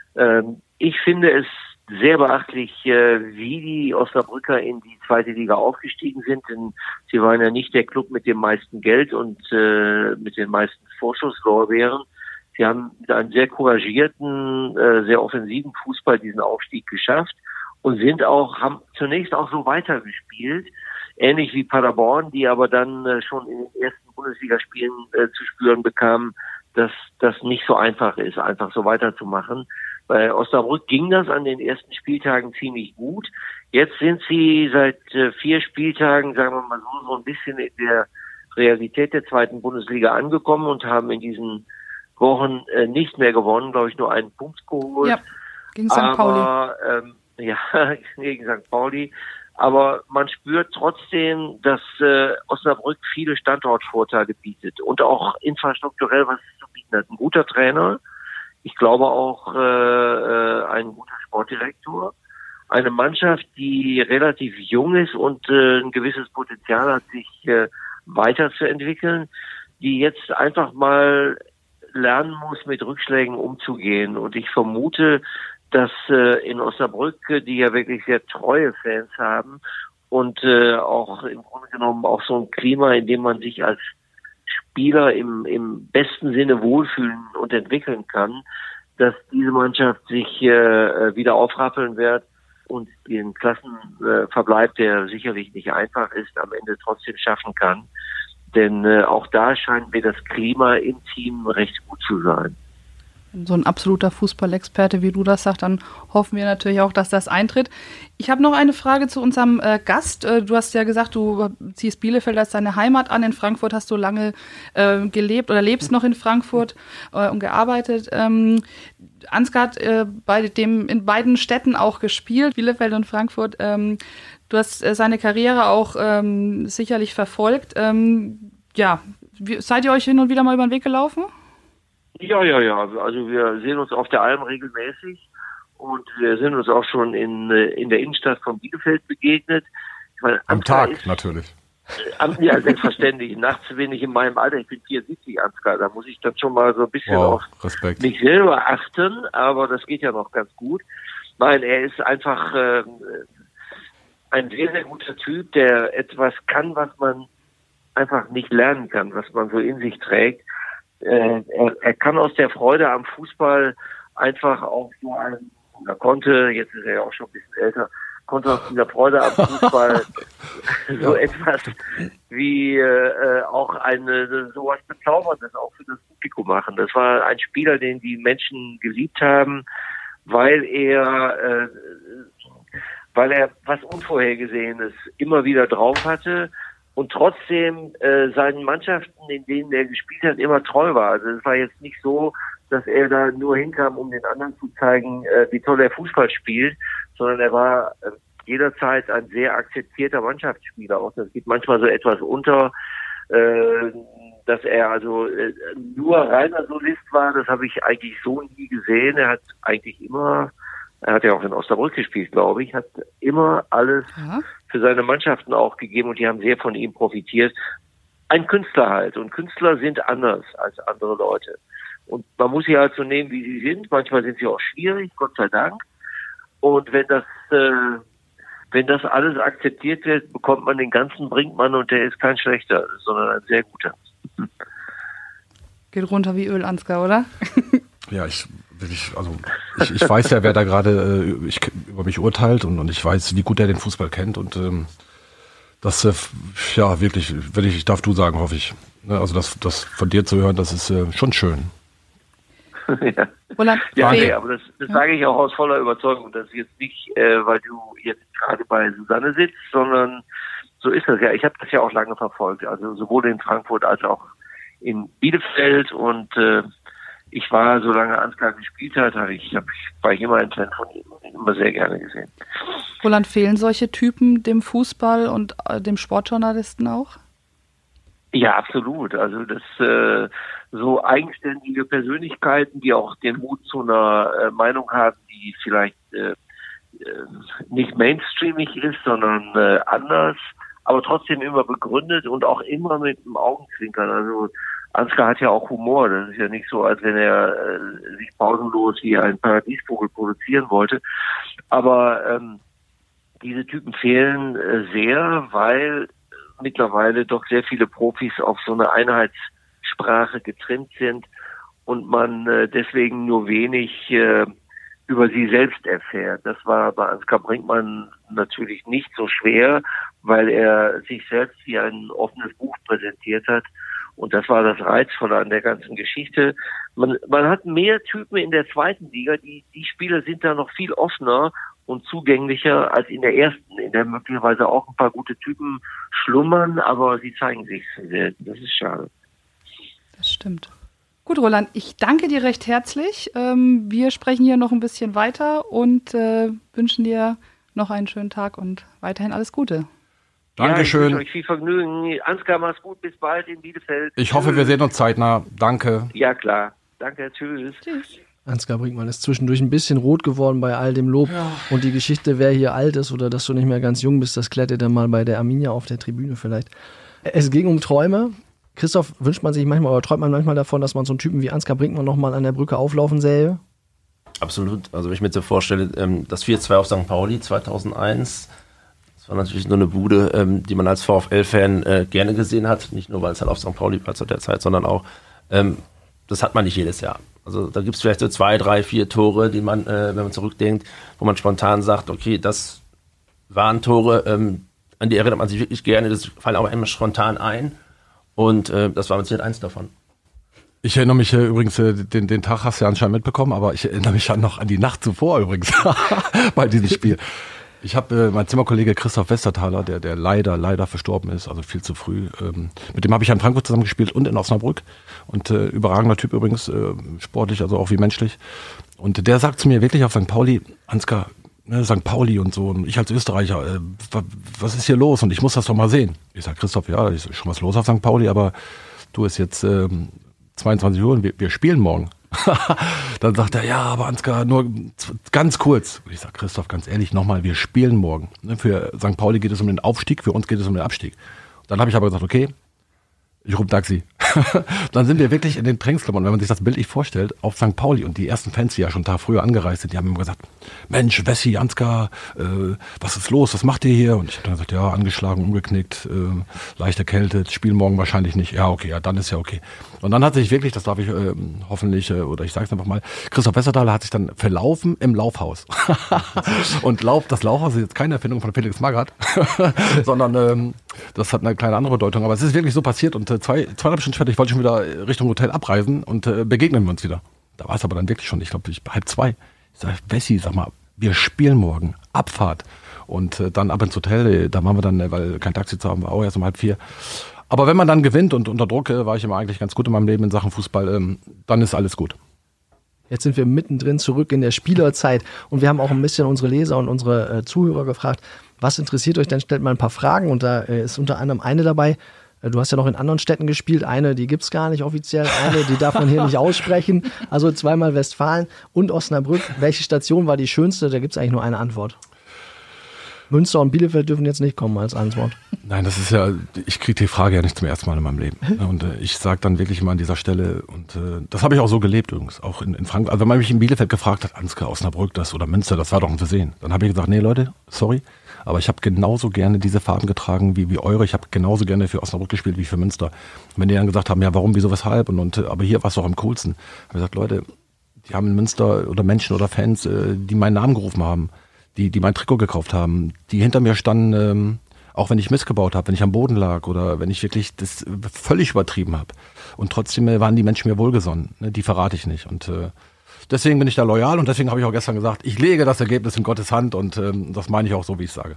Ich finde es sehr beachtlich, wie die Osnabrücker in die zweite Liga aufgestiegen sind, denn sie waren ja nicht der Club mit dem meisten Geld und mit den meisten Vorschusslorbeeren. Sie haben mit einem sehr couragierten, sehr offensiven Fußball diesen Aufstieg geschafft und sind auch, haben zunächst auch so weitergespielt, ähnlich wie Paderborn, die aber dann schon in den ersten Bundesligaspielen zu spüren bekamen, dass das nicht so einfach ist, einfach so weiterzumachen. Bei Osnabrück ging das an den ersten Spieltagen ziemlich gut. Jetzt sind sie seit äh, vier Spieltagen, sagen wir mal so, so ein bisschen in der Realität der zweiten Bundesliga angekommen und haben in diesen Wochen äh, nicht mehr gewonnen, glaube ich, nur einen Punkt geholt. Ja, gegen Sankt Pauli. Ähm, ja, gegen Sankt Pauli. Aber man spürt trotzdem, dass äh, Osnabrück viele Standortvorteile bietet und auch infrastrukturell was zu bieten hat. Ein guter Trainer, ich glaube auch äh, äh, ein guter Sportdirektor, eine Mannschaft, die relativ jung ist und äh, ein gewisses Potenzial hat, sich äh, weiterzuentwickeln, die jetzt einfach mal lernen muss, mit Rückschlägen umzugehen. Und ich vermute, dass äh, in Osnabrück, die ja wirklich sehr treue Fans haben und äh, auch im Grunde genommen auch so ein Klima, in dem man sich als Spieler im, im besten Sinne wohlfühlen und entwickeln kann, dass diese Mannschaft sich äh, wieder aufrappeln wird und den Klassenverbleib, der sicherlich nicht einfach ist, am Ende trotzdem schaffen kann. Denn äh, auch da scheint mir das Klima im Team recht gut zu sein. Wenn so ein absoluter Fußballexperte wie du das sagst, dann hoffen wir natürlich auch, dass das eintritt. Ich habe noch eine Frage zu unserem äh, Gast. Äh, du hast ja gesagt, du ziehst Bielefeld als deine Heimat an. In Frankfurt hast du lange äh, gelebt oder lebst noch in Frankfurt äh, und gearbeitet. Ähm, Ansgar hat äh, bei dem, in beiden Städten auch gespielt, Bielefeld und Frankfurt. Ähm, du hast äh, seine Karriere auch ähm, sicherlich verfolgt. Ähm, ja, wie, seid ihr euch hin und wieder mal über den Weg gelaufen? Ja, ja, ja. Also wir sehen uns auf der Alm regelmäßig und wir sind uns auch schon in, in der Innenstadt von Bielefeld begegnet. Ich meine, am Tag ist, natürlich. Äh, ja, selbstverständlich. Nachts bin ich in meinem Alter, ich bin vierundsiebzig, Ansgar, da muss ich dann schon mal so ein bisschen wow, auf Respekt. mich selber achten, aber das geht ja noch ganz gut. Nein, er ist einfach äh, ein sehr, sehr guter Typ, der etwas kann, was man einfach nicht lernen kann, was man so in sich trägt. Äh, er, er kann aus der Freude am Fußball einfach auch so ein, er konnte, jetzt ist er ja auch schon ein bisschen älter, konnte aus dieser Freude am Fußball so etwas wie äh, auch eine sowas Bezauberndes auch für das Publikum machen. Das war ein Spieler, den die Menschen geliebt haben, weil er äh, weil er was Unvorhergesehenes immer wieder drauf hatte. Und trotzdem äh, seinen Mannschaften, in denen er gespielt hat, immer treu war. Also es war jetzt nicht so, dass er da nur hinkam, um den anderen zu zeigen, äh, wie toll er Fußball spielt, sondern er war äh, jederzeit ein sehr akzeptierter Mannschaftsspieler. Auch das geht manchmal so etwas unter, äh, dass er also äh, nur reiner Solist war. Das habe ich eigentlich so nie gesehen. Er hat eigentlich immer, er hat ja auch in Osnabrück gespielt, glaube ich, hat immer alles ja. für seine Mannschaften auch gegeben und die haben sehr von ihm profitiert. Ein Künstler halt. Und Künstler sind anders als andere Leute. Und man muss sie halt so nehmen, wie sie sind. Manchmal sind sie auch schwierig, Gott sei Dank. Und wenn das, äh, wenn das alles akzeptiert wird, bekommt man den ganzen Brinkmann und der ist kein schlechter, sondern ein sehr guter. Geht runter wie Öl, Ansgar, oder? Ja, ich, ich, also ich, ich weiß ja, wer da gerade äh, ich, über mich urteilt und, und ich weiß, wie gut er den Fußball kennt und ähm, das, äh, ja, wirklich, wenn ich, ich darf du sagen, hoffe ich. Ne, also das, das von dir zu hören, das ist äh, schon schön. ja, Roland, ja nee, aber das, das ja. sage ich auch aus voller Überzeugung. Das ist jetzt nicht, äh, weil du jetzt gerade bei Susanne sitzt, sondern so ist das ja. Ich habe das ja auch lange verfolgt, also sowohl in Frankfurt als auch in Bielefeld und äh, ich war, solange Ansgar gespielt hat, habe ich, hab ich, war ich immer ein Fan von ihm, immer sehr gerne gesehen. Roland, fehlen solche Typen dem Fußball und äh, dem Sportjournalisten auch? Ja, absolut. Also das äh, so eigenständige Persönlichkeiten, die auch den Mut zu einer äh, Meinung haben, die vielleicht äh, nicht mainstreamig ist, sondern äh, anders, aber trotzdem immer begründet und auch immer mit einem Augenzwinkern. Also Ansgar hat ja auch Humor. Das ist ja nicht so, als wenn er äh, sich pausenlos wie ein Paradiesvogel produzieren wollte. Aber ähm, diese Typen fehlen äh, sehr, weil mittlerweile doch sehr viele Profis auf so eine Einheitssprache getrimmt sind und man äh, deswegen nur wenig äh, über sie selbst erfährt. Das war bei Ansgar Brinkmann natürlich nicht so schwer, weil er sich selbst wie ein offenes Buch präsentiert hat. Und das war das Reizvolle an der ganzen Geschichte. Man, man hat mehr Typen in der zweiten Liga. Die, die Spieler sind da noch viel offener und zugänglicher als in der ersten, in der möglicherweise auch ein paar gute Typen schlummern, aber sie zeigen sich selten. Das ist schade. Das stimmt. Gut, Roland, ich danke dir recht herzlich. Wir sprechen hier noch ein bisschen weiter und wünschen dir noch einen schönen Tag und weiterhin alles Gute. Dankeschön. Ja, ich wünsche euch viel Vergnügen. Ansgar, mach's gut. Bis bald in Bielefeld. Ich hoffe, wir sehen uns zeitnah. Danke. Ja, klar. Danke. Tschüss. Tschüss. Ansgar Brinkmann ist zwischendurch ein bisschen rot geworden bei all dem Lob. Ja. Und die Geschichte, wer hier alt ist oder dass du nicht mehr ganz jung bist, das klärt ihr dann mal bei der Arminia auf der Tribüne vielleicht. Es ging um Träume. Christoph, wünscht man sich manchmal oder träumt man manchmal davon, dass man so einen Typen wie Ansgar Brinkmann nochmal an der Brücke auflaufen sähe? Absolut. Also wenn ich mir so vorstelle, das vier zwei auf Sankt Pauli zweitausendeins, das war natürlich nur eine Bude, die man als VfL-Fan gerne gesehen hat. Nicht nur, weil es halt auf Sankt Pauli war zu der Zeit, sondern auch, das hat man nicht jedes Jahr. Also da gibt es vielleicht so zwei, drei, vier Tore, die man, wenn man zurückdenkt, wo man spontan sagt, okay, das waren Tore, an die erinnert man sich wirklich gerne, das fallen auch immer spontan ein. Und äh, das war mit Sicherheit eins davon. Ich erinnere mich äh, übrigens, äh, den, den Tag hast du ja anscheinend mitbekommen, aber ich erinnere mich an noch an die Nacht zuvor übrigens bei diesem Spiel. Ich habe äh, mein Zimmerkollege Christoph Westerthaler, der, der leider, leider verstorben ist, also viel zu früh. Ähm, mit dem habe ich ja in Frankfurt zusammen gespielt und in Osnabrück. Und äh, überragender Typ übrigens, äh, sportlich, also auch wie menschlich. Und der sagt zu mir wirklich auf Sankt Pauli, Ansgar, ne, Sankt Pauli und so, und ich als Österreicher, äh, was ist hier los? Und ich muss das doch mal sehen. Ich sage, Christoph, ja, ist schon was los auf Sankt Pauli, aber du, ist jetzt äh, zweiundzwanzig Uhr und wir, wir spielen morgen. Dann sagt er, ja, aber Ansgar, nur ganz kurz. Ich sage, Christoph, ganz ehrlich, nochmal, wir spielen morgen. Für Sankt Pauli geht es um den Aufstieg, für uns geht es um den Abstieg. Dann habe ich aber gesagt, okay, ich rufe Taxi. Dann sind wir wirklich in den Trainingsklamotten, wenn man sich das bildlich vorstellt, auf Sankt Pauli. Und die ersten Fans, die ja schon einen Tag früher angereist sind, die haben immer gesagt, Mensch, Wessi, Ansgar, äh, was ist los, was macht ihr hier? Und ich habe dann gesagt, ja, angeschlagen, umgeknickt, äh, leicht erkältet, Spiel morgen wahrscheinlich nicht. Ja, okay, ja, dann ist ja okay. Und dann hat sich wirklich, das darf ich äh, hoffentlich, äh, oder ich sage es einfach mal, Christoph Westerthaler hat sich dann verlaufen im Laufhaus. Und Lauf, das Laufhaus ist jetzt keine Erfindung von Felix Magath, sondern ähm, das hat eine kleine andere Bedeutung. Aber es ist wirklich so passiert und äh, zwei, zweieinhalb Stunden später, ich wollte schon wieder Richtung Hotel abreisen und äh, begegnen wir uns wieder. Da war es aber dann wirklich schon, ich glaube, ich halb zwei. Ich sage, Wessi, sag mal, wir spielen morgen, Abfahrt. Und äh, dann ab ins Hotel, da waren wir dann, weil kein Taxi zu haben war, auch erst um halb vier. Aber wenn man dann gewinnt und unter Druck äh, war ich immer eigentlich ganz gut in meinem Leben in Sachen Fußball, ähm, dann ist alles gut. Jetzt sind wir mittendrin zurück in der Spielerzeit und wir haben auch ein bisschen unsere Leser und unsere äh, Zuhörer gefragt, was interessiert euch, dann stellt mal ein paar Fragen und da äh, ist unter anderem eine dabei. Äh, du hast ja noch in anderen Städten gespielt, eine, die gibt's gar nicht offiziell, eine, die darf man hier nicht aussprechen, also zweimal Westfalen und Osnabrück. Welche Station war die schönste? Da gibt's eigentlich nur eine Antwort. Münster und Bielefeld dürfen jetzt nicht kommen als Antwort. Nein, das ist ja, ich kriege die Frage ja nicht zum ersten Mal in meinem Leben. Und äh, ich sage dann wirklich immer an dieser Stelle, und äh, das habe ich auch so gelebt übrigens, auch in, in Frankfurt. Also wenn man mich in Bielefeld gefragt hat, Ansgar, Osnabrück, das oder Münster, das war doch ein Versehen. Dann habe ich gesagt, nee Leute, sorry, aber ich habe genauso gerne diese Farben getragen wie, wie eure. Ich habe genauso gerne für Osnabrück gespielt wie für Münster. Und wenn die dann gesagt haben, ja warum, wieso, weshalb, und, und aber hier war es doch am coolsten. Habe ich gesagt, Leute, die haben in Münster oder Menschen oder Fans, äh, die meinen Namen gerufen haben, die, die mein Trikot gekauft haben, die hinter mir standen, ähm, auch wenn ich missgebaut habe, wenn ich am Boden lag oder wenn ich wirklich das völlig übertrieben habe. Und trotzdem äh, waren die Menschen mir wohlgesonnen. Ne? Die verrate ich nicht. Und äh, deswegen bin ich da loyal und deswegen habe ich auch gestern gesagt, ich lege das Ergebnis in Gottes Hand und ähm, das meine ich auch so, wie ich sage.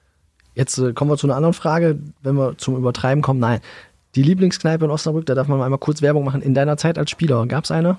Jetzt äh, kommen wir zu einer anderen Frage, wenn wir zum Übertreiben kommen. Nein, die Lieblingskneipe in Osnabrück, da darf man mal einmal kurz Werbung machen. In deiner Zeit als Spieler, gab es eine?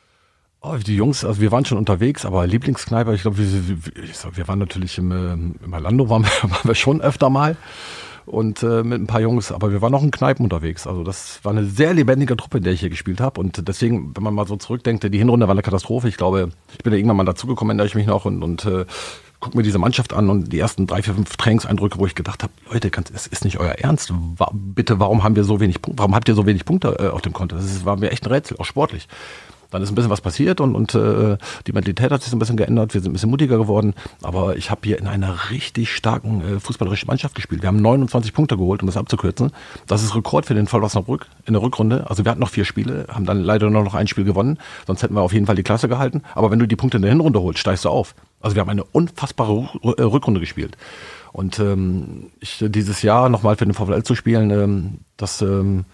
Oh, die Jungs, also wir waren schon unterwegs, aber Lieblingskneipe, ich glaube, wir, wir, wir waren natürlich im, im Orlando, waren wir, waren wir schon öfter mal und äh, mit ein paar Jungs, aber wir waren auch in Kneipen unterwegs. Also das war eine sehr lebendige Truppe, in der ich hier gespielt habe und deswegen, wenn man mal so zurückdenkt, die Hinrunde war eine Katastrophe. Ich glaube, ich bin ja irgendwann mal dazugekommen, erinnere ich mich noch und, und äh, guck mir diese Mannschaft an und die ersten drei, vier, fünf Trainingseindrücke, wo ich gedacht habe, Leute, es ist nicht euer Ernst. War, bitte, warum haben wir so wenig Punkte? Warum habt ihr so wenig Punkte äh, auf dem Konto? Das ist, war mir echt ein Rätsel, auch sportlich. Dann ist ein bisschen was passiert und, und äh, die Mentalität hat sich so ein bisschen geändert. Wir sind ein bisschen mutiger geworden. Aber ich habe hier in einer richtig starken äh, fußballerischen Mannschaft gespielt. Wir haben neunundzwanzig Punkte geholt, um das abzukürzen. Das ist Rekord für den Fall Osnabrück in der Rückrunde. Also wir hatten noch vier Spiele, haben dann leider nur noch ein Spiel gewonnen. Sonst hätten wir auf jeden Fall die Klasse gehalten. Aber wenn du die Punkte in der Hinrunde holst, steigst du auf. Also wir haben eine unfassbare Rückrunde gespielt. Und ähm, ich, dieses Jahr nochmal für den VfL zu spielen, ähm, das ähm,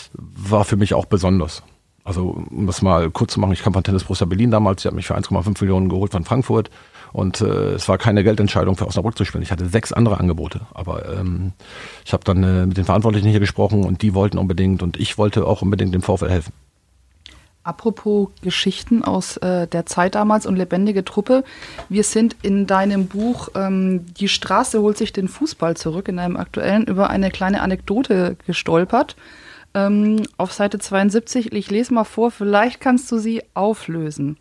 war für mich auch besonders. Also um das mal kurz zu machen, ich kam von Tennis Borussia Berlin damals, die hat mich für eins Komma fünf Millionen geholt von Frankfurt und äh, es war keine Geldentscheidung für Osnabrück zu spielen. Ich hatte sechs andere Angebote, aber ähm, ich habe dann äh, mit den Verantwortlichen hier gesprochen und die wollten unbedingt und ich wollte auch unbedingt dem VfL helfen. Apropos Geschichten aus äh, der Zeit damals und lebendige Truppe. Wir sind in deinem Buch ähm, Die Straße holt sich den Fußball zurück, in einem aktuellen, über eine kleine Anekdote gestolpert. Ähm, auf Seite zweiundsiebzig, ich lese mal vor, vielleicht kannst du sie auflösen.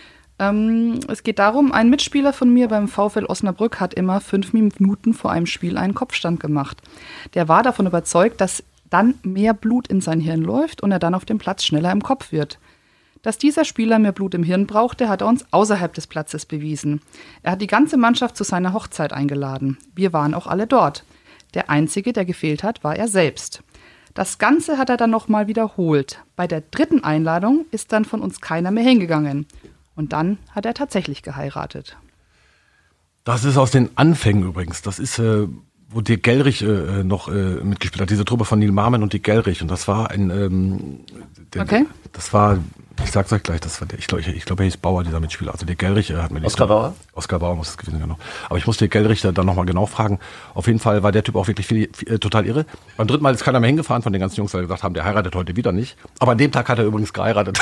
Ähm, es geht darum, ein Mitspieler von mir beim VfL Osnabrück hat immer fünf Minuten vor einem Spiel einen Kopfstand gemacht. Der war davon überzeugt, dass dann mehr Blut in sein Hirn läuft und er dann auf dem Platz schneller im Kopf wird. Dass dieser Spieler mehr Blut im Hirn brauchte, hat er uns außerhalb des Platzes bewiesen. Er hat die ganze Mannschaft zu seiner Hochzeit eingeladen. Wir waren auch alle dort. Der Einzige, der gefehlt hat, war er selbst. Das Ganze hat er dann nochmal wiederholt. Bei der dritten Einladung ist dann von uns keiner mehr hingegangen. Und dann hat er tatsächlich geheiratet. Das ist aus den Anfängen übrigens. Das ist, äh, wo Dirk Gellrich äh, noch äh, mitgespielt hat, diese Truppe von Neil Marmon und Dirk Gellrich. Und das war ein, ähm, der, okay. das war, ich sag's euch gleich, das war der, ich glaube, ich, ich glaub, er hieß Bauer, dieser Mitspieler. Also Dirk Gellrich äh, hat mir Oskar Bauer? Oskar Bauer muss es gewesen sein, genau. Aber ich muss Dirk Gellrich dann nochmal genau fragen. Auf jeden Fall war der Typ auch wirklich viel, viel, total irre. Beim dritten Mal ist keiner mehr hingefahren von den ganzen Jungs, weil sie gesagt haben, der heiratet heute wieder nicht. Aber an dem Tag hat er übrigens geheiratet.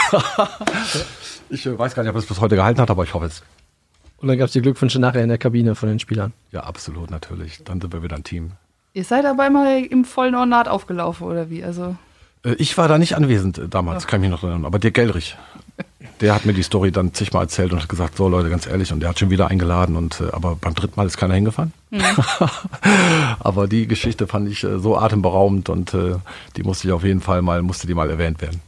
Ich äh, weiß gar nicht, ob er es bis heute gehalten hat, aber ich hoffe es. Und dann gab es die Glückwünsche nachher in der Kabine von den Spielern. Ja, absolut, natürlich. Dann sind wir wieder ein Team. Ihr seid aber immer im vollen Ornat aufgelaufen, oder wie? Also äh, ich war da nicht anwesend äh, damals, ja. Kann ich mich noch erinnern. Aber Dirk Gellrich, der hat mir die Story dann zigmal erzählt und hat gesagt, so Leute, ganz ehrlich, und der hat schon wieder eingeladen. Und äh, aber beim dritten Mal ist keiner hingefahren. Mhm. Aber die Geschichte fand ich äh, so atemberaubend und äh, die musste ich auf jeden Fall mal, musste die mal erwähnt werden.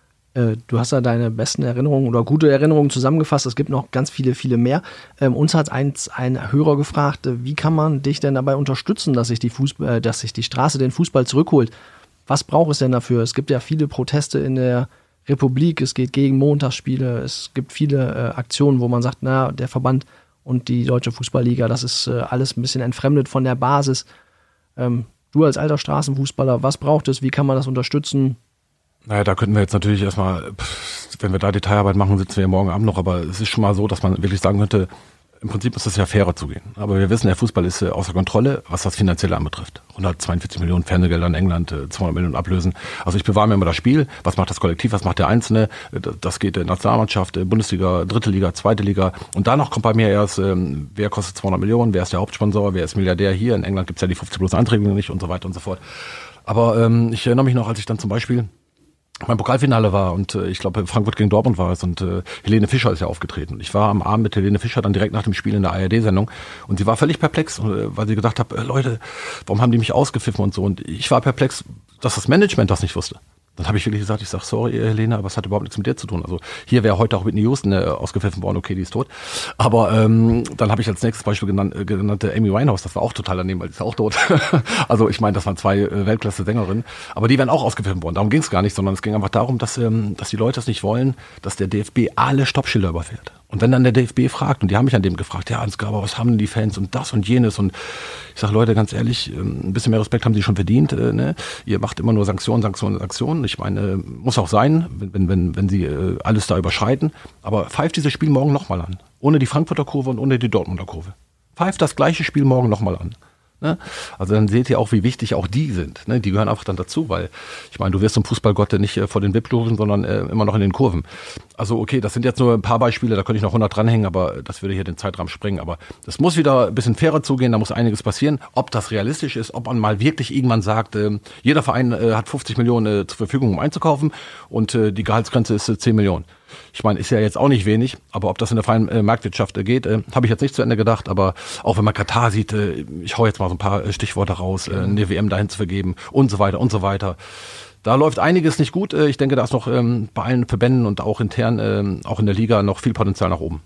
Du hast da deine besten Erinnerungen oder gute Erinnerungen zusammengefasst. Es gibt noch ganz viele, viele mehr. Ähm, uns hat ein, ein Hörer gefragt, wie kann man dich denn dabei unterstützen, dass sich die Fußball, äh, dass sich die Straße den Fußball zurückholt? Was braucht es denn dafür? Es gibt ja viele Proteste in der Republik. Es geht gegen Montagsspiele. Es gibt viele äh, Aktionen, wo man sagt, na, der Verband und die Deutsche Fußballliga, das ist äh, alles ein bisschen entfremdet von der Basis. Ähm, du als alter Straßenfußballer, was braucht es? Wie kann man das unterstützen? Naja, da könnten wir jetzt natürlich erstmal, wenn wir da Detailarbeit machen, sitzen wir ja morgen Abend noch, aber es ist schon mal so, dass man wirklich sagen könnte, im Prinzip muss das ja fairer zugehen. Aber wir wissen, der Fußball ist äh, außer Kontrolle, was das Finanzielle anbetrifft. hundertzweiundvierzig Millionen Fernsehgelder in England, äh, zweihundert Millionen Ablösen. Also ich bewahre mir immer das Spiel. Was macht das Kollektiv, was macht der Einzelne? Äh, das geht in Nationalmannschaft, äh, Bundesliga, dritte Liga, zweite Liga. Und danach kommt bei mir erst, ähm, wer kostet zweihundert Millionen, wer ist der Hauptsponsor, wer ist Milliardär hier. In England gibt es ja die fünfzig plus Einträge nicht und so weiter und so fort. Aber ähm, ich erinnere mich noch, als ich dann zum Beispiel beim Pokalfinale war und äh, ich glaube Frankfurt gegen Dortmund war es und äh, Helene Fischer ist ja aufgetreten. Ich war am Abend mit Helene Fischer dann direkt nach dem Spiel in der A R D-Sendung und sie war völlig perplex, äh, weil sie gedacht hat, äh, Leute, warum haben die mich ausgepfiffen und so, und ich war perplex, dass das Management das nicht wusste. Dann habe ich wirklich gesagt, ich sage, sorry Helene, aber es hat überhaupt nichts mit dir zu tun. Also hier wäre heute auch Whitney Houston äh, ausgepfiffen worden, okay, die ist tot. Aber ähm, dann habe ich als nächstes Beispiel genannt, äh, genannte Amy Winehouse, das war auch total daneben, weil die ist auch tot. Also ich meine, das waren zwei äh, Weltklasse-Sängerinnen, aber die wären auch ausgepfiffen worden. Darum ging es gar nicht, sondern es ging einfach darum, dass, ähm, dass die Leute es nicht wollen, dass der D F B alle Stoppschilder überfährt. Und wenn dann der D F B fragt, und die haben mich an dem gefragt, ja Ansgar, aber was haben denn die Fans und das und jenes, und ich sage, Leute, ganz ehrlich, ein bisschen mehr Respekt haben sie schon verdient. Äh, ne? Ihr macht immer nur Sanktionen, Sanktionen, Sanktionen. Ich meine, muss auch sein, wenn, wenn, wenn sie äh, alles da überschreiten. Aber pfeift dieses Spiel morgen nochmal an. Ohne die Frankfurter Kurve und ohne die Dortmunder Kurve. Pfeift das gleiche Spiel morgen nochmal an. Ne? Also dann seht ihr auch, wie wichtig auch die sind. Ne? Die gehören einfach dann dazu, weil ich meine, du wirst zum Fußballgott nicht äh, vor den W I P-Logen, sondern äh, immer noch in den Kurven. Also okay, das sind jetzt nur ein paar Beispiele, da könnte ich noch hundert dranhängen, aber das würde hier den Zeitrahmen sprengen. Aber das muss wieder ein bisschen fairer zugehen, da muss einiges passieren. Ob das realistisch ist, ob man mal wirklich irgendwann sagt, äh, jeder Verein äh, hat fünfzig Millionen äh, zur Verfügung, um einzukaufen, und äh, die Gehaltsgrenze ist äh, zehn Millionen. Ich meine, ist ja jetzt auch nicht wenig, aber ob das in der freien äh, Marktwirtschaft äh, geht, äh, habe ich jetzt nicht zu Ende gedacht. Aber auch wenn man Katar sieht, äh, ich hau jetzt mal so ein paar äh, Stichworte raus, äh, eine W M dahin zu vergeben und so weiter und so weiter. Da läuft einiges nicht gut. Äh, ich denke, da ist noch ähm, bei allen Verbänden und auch intern, äh, auch in der Liga, noch viel Potenzial nach oben.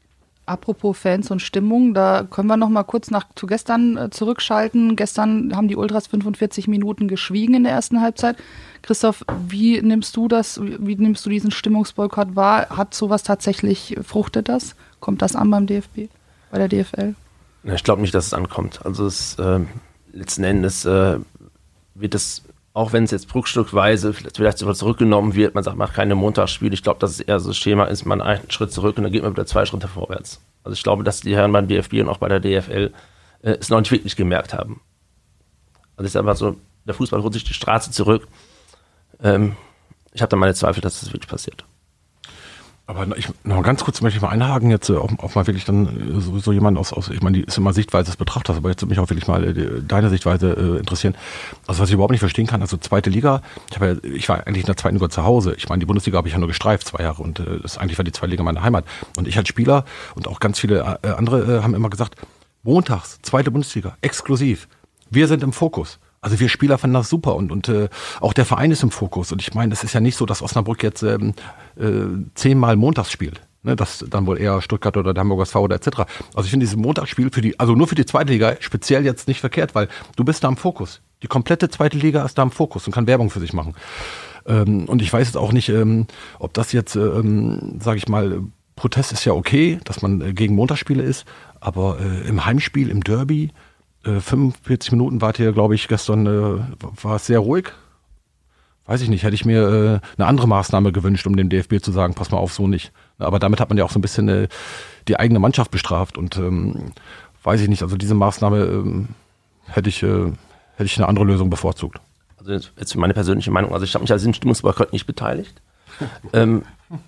Apropos Fans und Stimmung, da können wir noch mal kurz nach, zu gestern äh, zurückschalten. Gestern haben die Ultras fünfundvierzig Minuten geschwiegen in der ersten Halbzeit. Christoph, wie nimmst du das, wie nimmst du diesen Stimmungsboykott wahr? Hat sowas tatsächlich, fruchtet das? Kommt das an beim D F B, bei der D F L? Ich glaube nicht, dass es ankommt. Also es, äh, letzten Endes äh, wird es, auch wenn es jetzt bruchstückweise vielleicht sogar zurückgenommen wird, man sagt, macht keine Montagsspiele. Ich glaube, dass es eher so ein Schema ist, man einen Schritt zurück und dann geht man wieder zwei Schritte vorwärts. Also ich glaube, dass die Herren beim D F B und auch bei der D F L äh, es noch nicht wirklich gemerkt haben. Also es ist einfach so, der Fußball holt sich die Straße zurück. Ähm, ich habe da meine Zweifel, dass das wirklich passiert. Aber ich, noch ganz kurz möchte ich mal einhaken, jetzt äh, auch, auch mal wirklich dann äh, sowieso jemand aus, aus, ich meine, die ist immer Sichtweise des Betrachters, aber jetzt würde mich auch wirklich mal äh, deine Sichtweise äh, interessieren. Also was ich überhaupt nicht verstehen kann, also zweite Liga, ich, hab ja, ich war eigentlich in der zweiten Liga zu Hause. Ich meine, die Bundesliga habe ich ja nur gestreift, zwei Jahre, und äh, das eigentlich war die zweite Liga meine Heimat. Und ich als Spieler und auch ganz viele äh, andere äh, haben immer gesagt, montags, zweite Bundesliga, exklusiv. Wir sind im Fokus. Also wir Spieler fanden das super, und, und äh, auch der Verein ist im Fokus. Und ich meine, es ist ja nicht so, dass Osnabrück jetzt ähm, äh, zehnmal montags spielt. Ne, das dann wohl eher Stuttgart oder der Hamburger S V oder et cetera. Also ich finde dieses Montagsspiel für die, also nur für die zweite Liga speziell jetzt nicht verkehrt, weil du bist da im Fokus. Die komplette zweite Liga ist da im Fokus und kann Werbung für sich machen. Ähm, und ich weiß jetzt auch nicht, ähm, ob das jetzt, ähm, sage ich mal, Protest ist ja okay, dass man äh, gegen Montagsspiele ist, aber äh, im Heimspiel, im Derby, äh, fünfundvierzig Minuten wart ihr, glaube ich, gestern, äh, war es sehr ruhig. Weiß ich nicht, hätte ich mir äh, eine andere Maßnahme gewünscht, um dem D F B zu sagen, pass mal auf, so nicht. Aber damit hat man ja auch so ein bisschen äh, die eigene Mannschaft bestraft und ähm, weiß ich nicht, also diese Maßnahme ähm, hätte ich, äh, hätte ich eine andere Lösung bevorzugt. Also jetzt meine persönliche Meinung, also ich habe mich als Stimmungsboykott nicht beteiligt. ähm,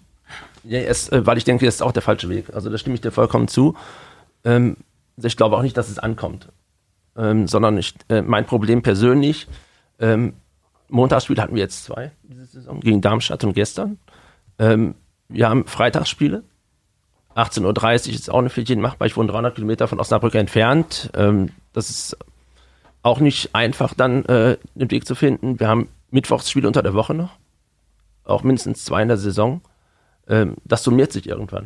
ja, es, äh, weil ich denke, das ist auch der falsche Weg. Also da stimme ich dir vollkommen zu. Ähm, ich glaube auch nicht, dass es ankommt. Ähm, sondern ich, äh, mein Problem persönlich, ähm, Montagsspiele hatten wir jetzt zwei diese Saison, gegen Darmstadt und gestern. Ähm, wir haben Freitagsspiele. achtzehn Uhr dreißig ist auch eine für jeden machbar. Ich wohne dreihundert Kilometer von Osnabrück entfernt. Ähm, das ist auch nicht einfach, dann äh, den Weg zu finden. Wir haben Mittwochsspiele unter der Woche noch. Auch mindestens zwei in der Saison. Ähm, das summiert sich irgendwann.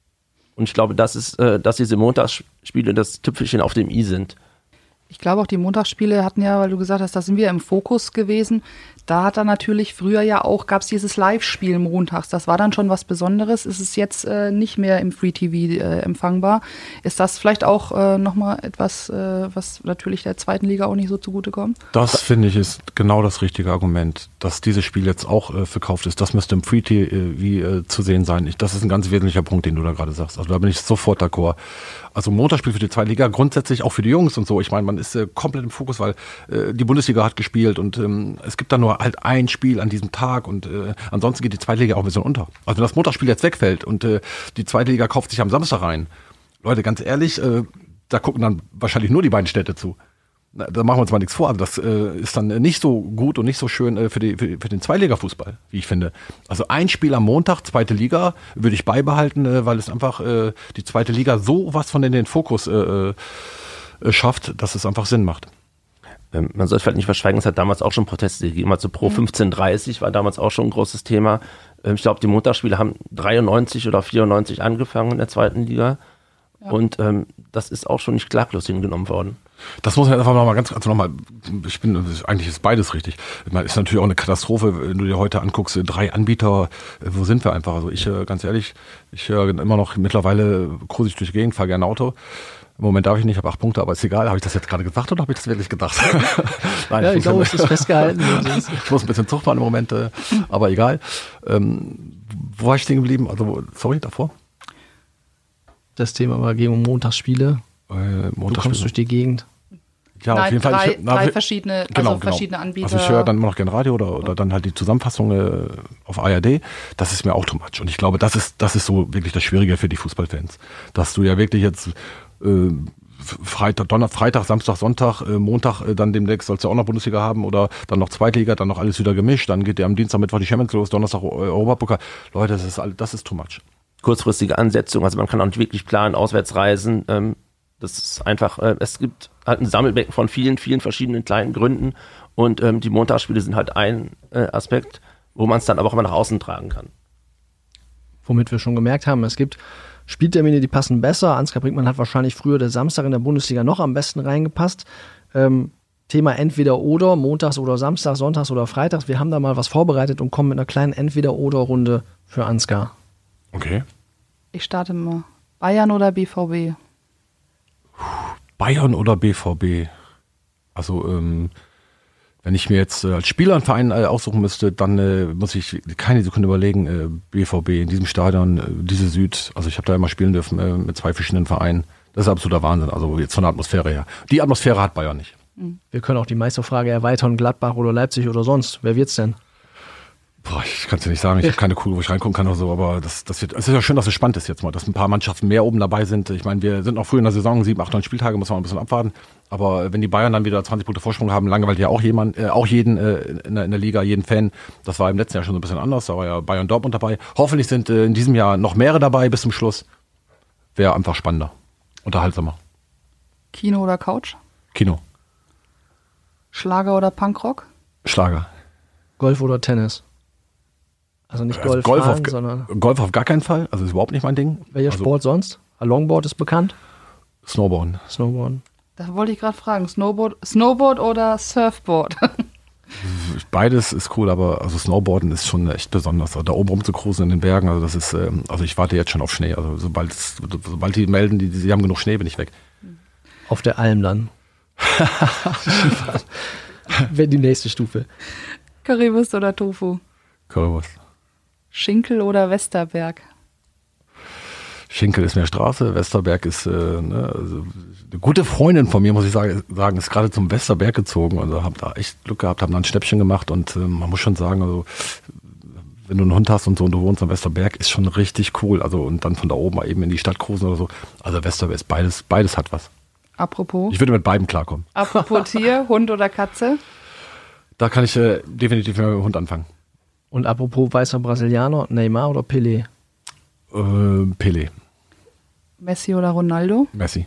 Und ich glaube, das ist, äh, dass diese Montagsspiele das Tüpfelchen auf dem i sind. Ich glaube auch, die Montagsspiele hatten ja, weil du gesagt hast, da sind wir im Fokus gewesen. Da hat dann natürlich früher ja auch, gab es dieses Live-Spiel montags. Das war dann schon was Besonderes. Ist es jetzt äh, nicht mehr im Free T V äh, empfangbar? Ist das vielleicht auch äh, nochmal etwas, äh, was natürlich der zweiten Liga auch nicht so zugutekommt? Das, finde ich, ist genau das richtige Argument, dass dieses Spiel jetzt auch äh, verkauft ist. Das müsste im Free T V äh, zu sehen sein. Ich, das ist ein ganz wesentlicher Punkt, den du da gerade sagst. Also da bin ich sofort d'accord. Also Montagsspiel für die zweite Liga, grundsätzlich auch für die Jungs und so. Ich meine, man ist äh, komplett im Fokus, weil äh, die Bundesliga hat gespielt und ähm, es gibt dann nur halt ein Spiel an diesem Tag und äh, ansonsten geht die zweite Liga auch ein bisschen unter. Also wenn das Montagsspiel jetzt wegfällt und äh, die zweite Liga kauft sich am Samstag rein, Leute, ganz ehrlich, äh, da gucken dann wahrscheinlich nur die beiden Städte zu. Na, da machen wir uns mal nichts vor. Also das äh, ist dann nicht so gut und nicht so schön äh, für, die, für, für den Zweitliga-Fußball, wie ich finde. Also ein Spiel am Montag, zweite Liga, würde ich beibehalten, äh, weil es einfach äh, die zweite Liga so was von in den Fokus äh, äh, schafft, dass es einfach Sinn macht. Ähm, man soll vielleicht nicht verschweigen, es hat damals auch schon Proteste gegeben. Also Pro fünfzehn dreißig war damals auch schon ein großes Thema. Ähm, ich glaube, die Montagsspiele haben dreiundneunzig oder vierundneunzig angefangen in der zweiten Liga. Ja. Und ähm, das ist auch schon nicht klaglos hingenommen worden. Das muss man einfach nochmal ganz, also nochmal, ich bin, eigentlich ist beides richtig. Man ist natürlich auch eine Katastrophe, wenn du dir heute anguckst, drei Anbieter, wo sind wir einfach? Also ich, ganz ehrlich, ich höre immer noch mittlerweile cruise ich durch die Gegend, fahre gerne Auto. Im Moment darf ich nicht, habe acht Punkte, aber ist egal. Habe ich das jetzt gerade gesagt oder habe ich das wirklich gedacht? Nein, ja, ich glaube, es ist festgehalten. Ich muss ein bisschen Zug fahren im Moment, aber egal. Ähm, wo war ich stehen geblieben? Also, sorry, davor? Das Thema war gegen Montagsspiele. Äh, Montagsspiele. Du kommst durch die Gegend. Ja, Nein, auf jeden drei, Fall. Ich, na, drei verschiedene, genau, also genau. verschiedene Anbieter. Also ich höre dann immer noch gerne Radio oder, oder dann halt die Zusammenfassung äh, auf A R D. Das ist mir auch too much. Und ich glaube, das ist, das ist so wirklich das Schwierige für die Fußballfans. Dass du ja wirklich jetzt äh, Freitag, Donnerstag, Freitag, Samstag, Sonntag, äh, Montag äh, dann demnächst sollst du auch noch Bundesliga haben oder dann noch Zweitliga, dann noch alles wieder gemischt. Dann geht der am Dienstag, Mittwoch die Champions los, Donnerstag Europapokal. Leute, das ist, das ist too much. Kurzfristige Ansetzung, also man kann auch nicht wirklich planen, Auswärtsreisen. Ähm, das ist einfach, äh, es gibt halt ein Sammelbecken von vielen, vielen verschiedenen kleinen Gründen und ähm, die Montagsspiele sind halt ein äh, Aspekt, wo man es dann aber auch immer nach außen tragen kann. Womit wir schon gemerkt haben, es gibt Spieltermine, die passen besser. Ansgar Brinkmann hat wahrscheinlich früher der Samstag in der Bundesliga noch am besten reingepasst. Ähm, Thema Entweder-Oder, montags oder Samstag, sonntags oder freitags. Wir haben da mal was vorbereitet und kommen mit einer kleinen Entweder-Oder-Runde für Ansgar. Okay. Ich starte mal. Bayern oder B V B? Bayern oder B V B? Also, ähm, wenn ich mir jetzt äh, als Spieler einen Verein äh, aussuchen müsste, dann äh, muss ich keine Sekunde überlegen, äh, B V B in diesem Stadion, äh, diese Süd. Also ich habe da immer spielen dürfen äh, mit zwei verschiedenen Vereinen. Das ist absoluter Wahnsinn, also jetzt von der Atmosphäre her. Die Atmosphäre hat Bayern nicht. Wir können auch die Meisterfrage erweitern, Gladbach oder Leipzig oder sonst. Wer wird's denn? Boah, ich kann es dir nicht sagen, ich habe keine Kugel, wo ich reingucken kann oder so, aber das, das wird, es ist ja schön, dass es spannend ist jetzt mal, dass ein paar Mannschaften mehr oben dabei sind. Ich meine, wir sind noch früh in der Saison, sieben, acht, neun Spieltage, muss man ein bisschen abwarten. Aber wenn die Bayern dann wieder zwanzig Punkte Vorsprung haben, langweilt ja auch jemand, äh, auch jeden äh, in, der, in der Liga, jeden Fan. Das war im letzten Jahr schon so ein bisschen anders, da war ja Bayern Dortmund dabei. Hoffentlich sind äh, in diesem Jahr noch mehrere dabei bis zum Schluss. Wäre einfach spannender, unterhaltsamer. Kino oder Couch? Kino. Schlager oder Punkrock? Schlager. Golf oder Tennis? Also nicht Golf, Golf, fahren, auf, sondern... Golf auf gar keinen Fall, also ist überhaupt nicht mein Ding. Welcher also, Sport sonst? Longboard ist bekannt? Snowboarden. Snowboarden. Da wollte ich gerade fragen, Snowboard, Snowboard oder Surfboard? Beides ist cool, aber also Snowboarden ist schon echt besonders. Also da oben rumzucruisen in den Bergen, also das ist, ähm, also ich warte jetzt schon auf Schnee. Also sobald, sobald die melden, die, die haben genug Schnee, bin ich weg. Auf der Alm dann? Wäre die nächste Stufe. Currywurst oder Tofu? Currywurst. Schinkel oder Westerberg? Schinkel ist mehr Straße, Westerberg ist äh, ne, also eine gute Freundin von mir, muss ich sagen, sagen ist gerade zum Westerberg gezogen und also, habe da echt Glück gehabt, haben da ein Schnäppchen gemacht und äh, man muss schon sagen, also wenn du einen Hund hast und so und du wohnst am Westerberg, ist schon richtig cool. Also und dann von da oben mal eben in die Stadt cruisen oder so. Also Westerberg ist beides, beides hat was. Apropos? Ich würde mit beiden klarkommen. Apropos Tier, Hund oder Katze? Da kann ich äh, definitiv mit dem Hund anfangen. Und apropos weißer Brasilianer, Neymar oder Pelé? Äh, Pelé. Messi oder Ronaldo? Messi.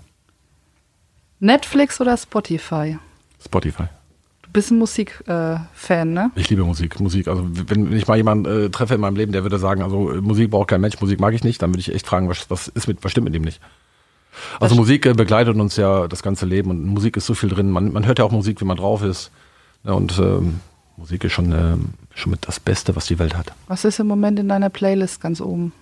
Netflix oder Spotify? Spotify. Du bist ein Musikfan, äh, ne? Ich liebe Musik. Musik. Also wenn, wenn ich mal jemanden äh, treffe in meinem Leben, der würde sagen, also Musik braucht kein Mensch, Musik mag ich nicht, dann würde ich echt fragen, was, was ist mit, was stimmt mit dem nicht? Also Musik äh, begleitet uns ja das ganze Leben und Musik ist so viel drin. Man, man hört ja auch Musik, wenn man drauf ist. Ja, und ähm, Musik ist schon, äh, schon mit das Beste, was die Welt hat. Was ist im Moment in deiner Playlist ganz oben?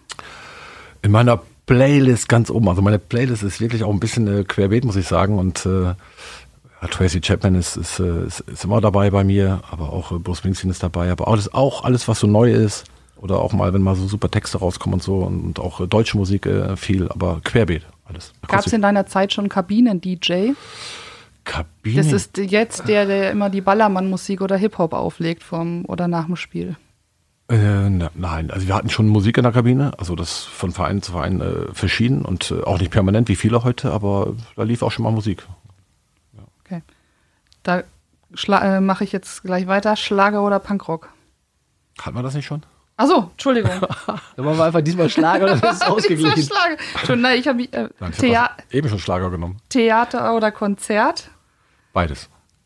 In meiner Playlist ganz oben. Also meine Playlist ist wirklich auch ein bisschen äh, querbeet, muss ich sagen. Und äh, ja, Tracy Chapman ist, ist, ist, ist immer dabei bei mir, aber auch äh, Bruce Springsteen ist dabei. Aber alles, auch alles, was so neu ist. Oder auch mal, wenn mal so super Texte rauskommen und so. Und, und auch äh, deutsche Musik äh, viel, aber querbeet alles. Gab es in deiner Zeit schon Kabinen-D J? Kabine? Das ist jetzt der, der immer die Ballermann-Musik oder Hip-Hop auflegt vom, oder nach dem Spiel. Äh, ne, nein, also wir hatten schon Musik in der Kabine, also das von Verein zu Verein äh, verschieden und äh, auch nicht permanent wie viele heute, aber da lief auch schon mal Musik. Ja. Okay. Da äh, mache ich jetzt gleich weiter. Schlager oder Punkrock? Hatten wir das nicht schon? Achso, Entschuldigung. Da machen wir einfach diesmal Schlager oder das ist ausgeglichen. Schlager. Schon, nein, ich habe äh, Nein, ich Thea- hab eben schon Schlager genommen. Theater oder Konzert? Beides.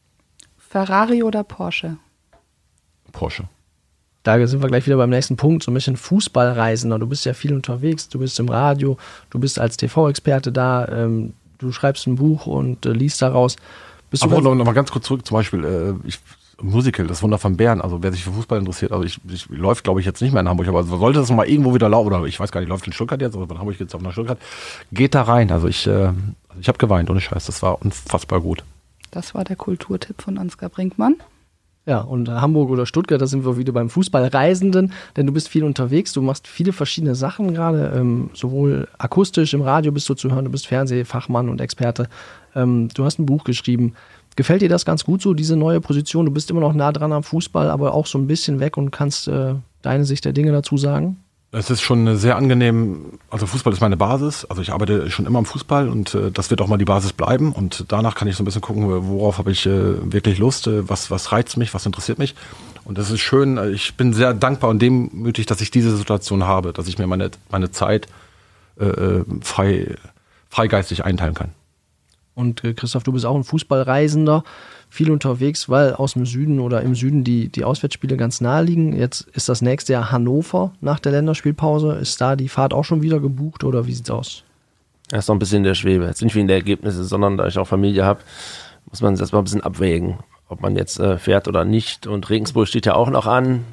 Ferrari oder Porsche? Porsche. Da sind wir gleich wieder beim nächsten Punkt, so ein bisschen Fußballreisender. Du bist ja viel unterwegs, du bist im Radio, du bist als T V-Experte da, ähm, du schreibst ein Buch und äh, liest daraus. Bist Aber du noch, noch mal ganz kurz zurück, zum Beispiel äh, ich, Musical, das Wunder von Bern, also wer sich für Fußball interessiert, also ich, ich läuft glaube ich jetzt nicht mehr in Hamburg, aber sollte das mal irgendwo wieder laufen, oder ich weiß gar nicht, läuft in Stuttgart jetzt, oder von Hamburg jetzt auf nach Stuttgart, geht da rein, also ich, äh, ich habe geweint, ohne Scheiß, das war unfassbar gut. Das war der Kulturtipp von Ansgar Brinkmann. Ja, und Hamburg oder Stuttgart, da sind wir wieder beim Fußballreisenden, denn du bist viel unterwegs, du machst viele verschiedene Sachen gerade, ähm, sowohl akustisch im Radio bist du zu hören, du bist Fernsehfachmann und Experte, ähm, du hast ein Buch geschrieben. Gefällt dir das ganz gut so, diese neue Position? Du bist immer noch nah dran am Fußball, aber auch so ein bisschen weg und kannst äh, deine Sicht der Dinge dazu sagen? Es ist schon sehr angenehm, also Fußball ist meine Basis, also ich arbeite schon immer am Fußball und äh, das wird auch mal die Basis bleiben und danach kann ich so ein bisschen gucken, worauf habe ich äh, wirklich Lust, äh, was, was reizt mich, was interessiert mich und das ist schön, ich bin sehr dankbar und demütig, dass ich diese Situation habe, dass ich mir meine, meine Zeit äh, frei, freigeistig einteilen kann. Und äh, Christoph, du bist auch ein Fußballreisender, viel unterwegs, weil aus dem Süden oder im Süden die, die Auswärtsspiele ganz nahe liegen. Jetzt ist das nächste Jahr Hannover nach der Länderspielpause. Ist da die Fahrt auch schon wieder gebucht oder wie sieht's aus? Er ist noch ein bisschen in der Schwebe. Jetzt nicht wegen der Ergebnisse, sondern da ich auch Familie habe, muss man das mal ein bisschen abwägen, ob man jetzt äh, fährt oder nicht. Und Regensburg steht ja auch noch an.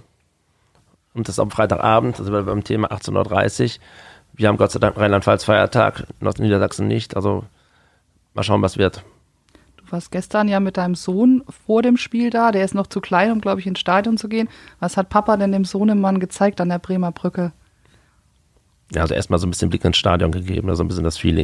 Und das am Freitagabend, also beim Thema achtzehn Uhr dreißig. Wir haben Gott sei Dank Rheinland-Pfalz Feiertag, Nordniedersachsen nicht. Also mal schauen, was wird. Du warst gestern ja mit deinem Sohn vor dem Spiel da. Der ist noch zu klein, um, glaube ich, ins Stadion zu gehen. Was hat Papa denn dem Sohnemann gezeigt an der Bremer Brücke? Ja, also erstmal so ein bisschen Blick ins Stadion gegeben, also ein bisschen das Feeling.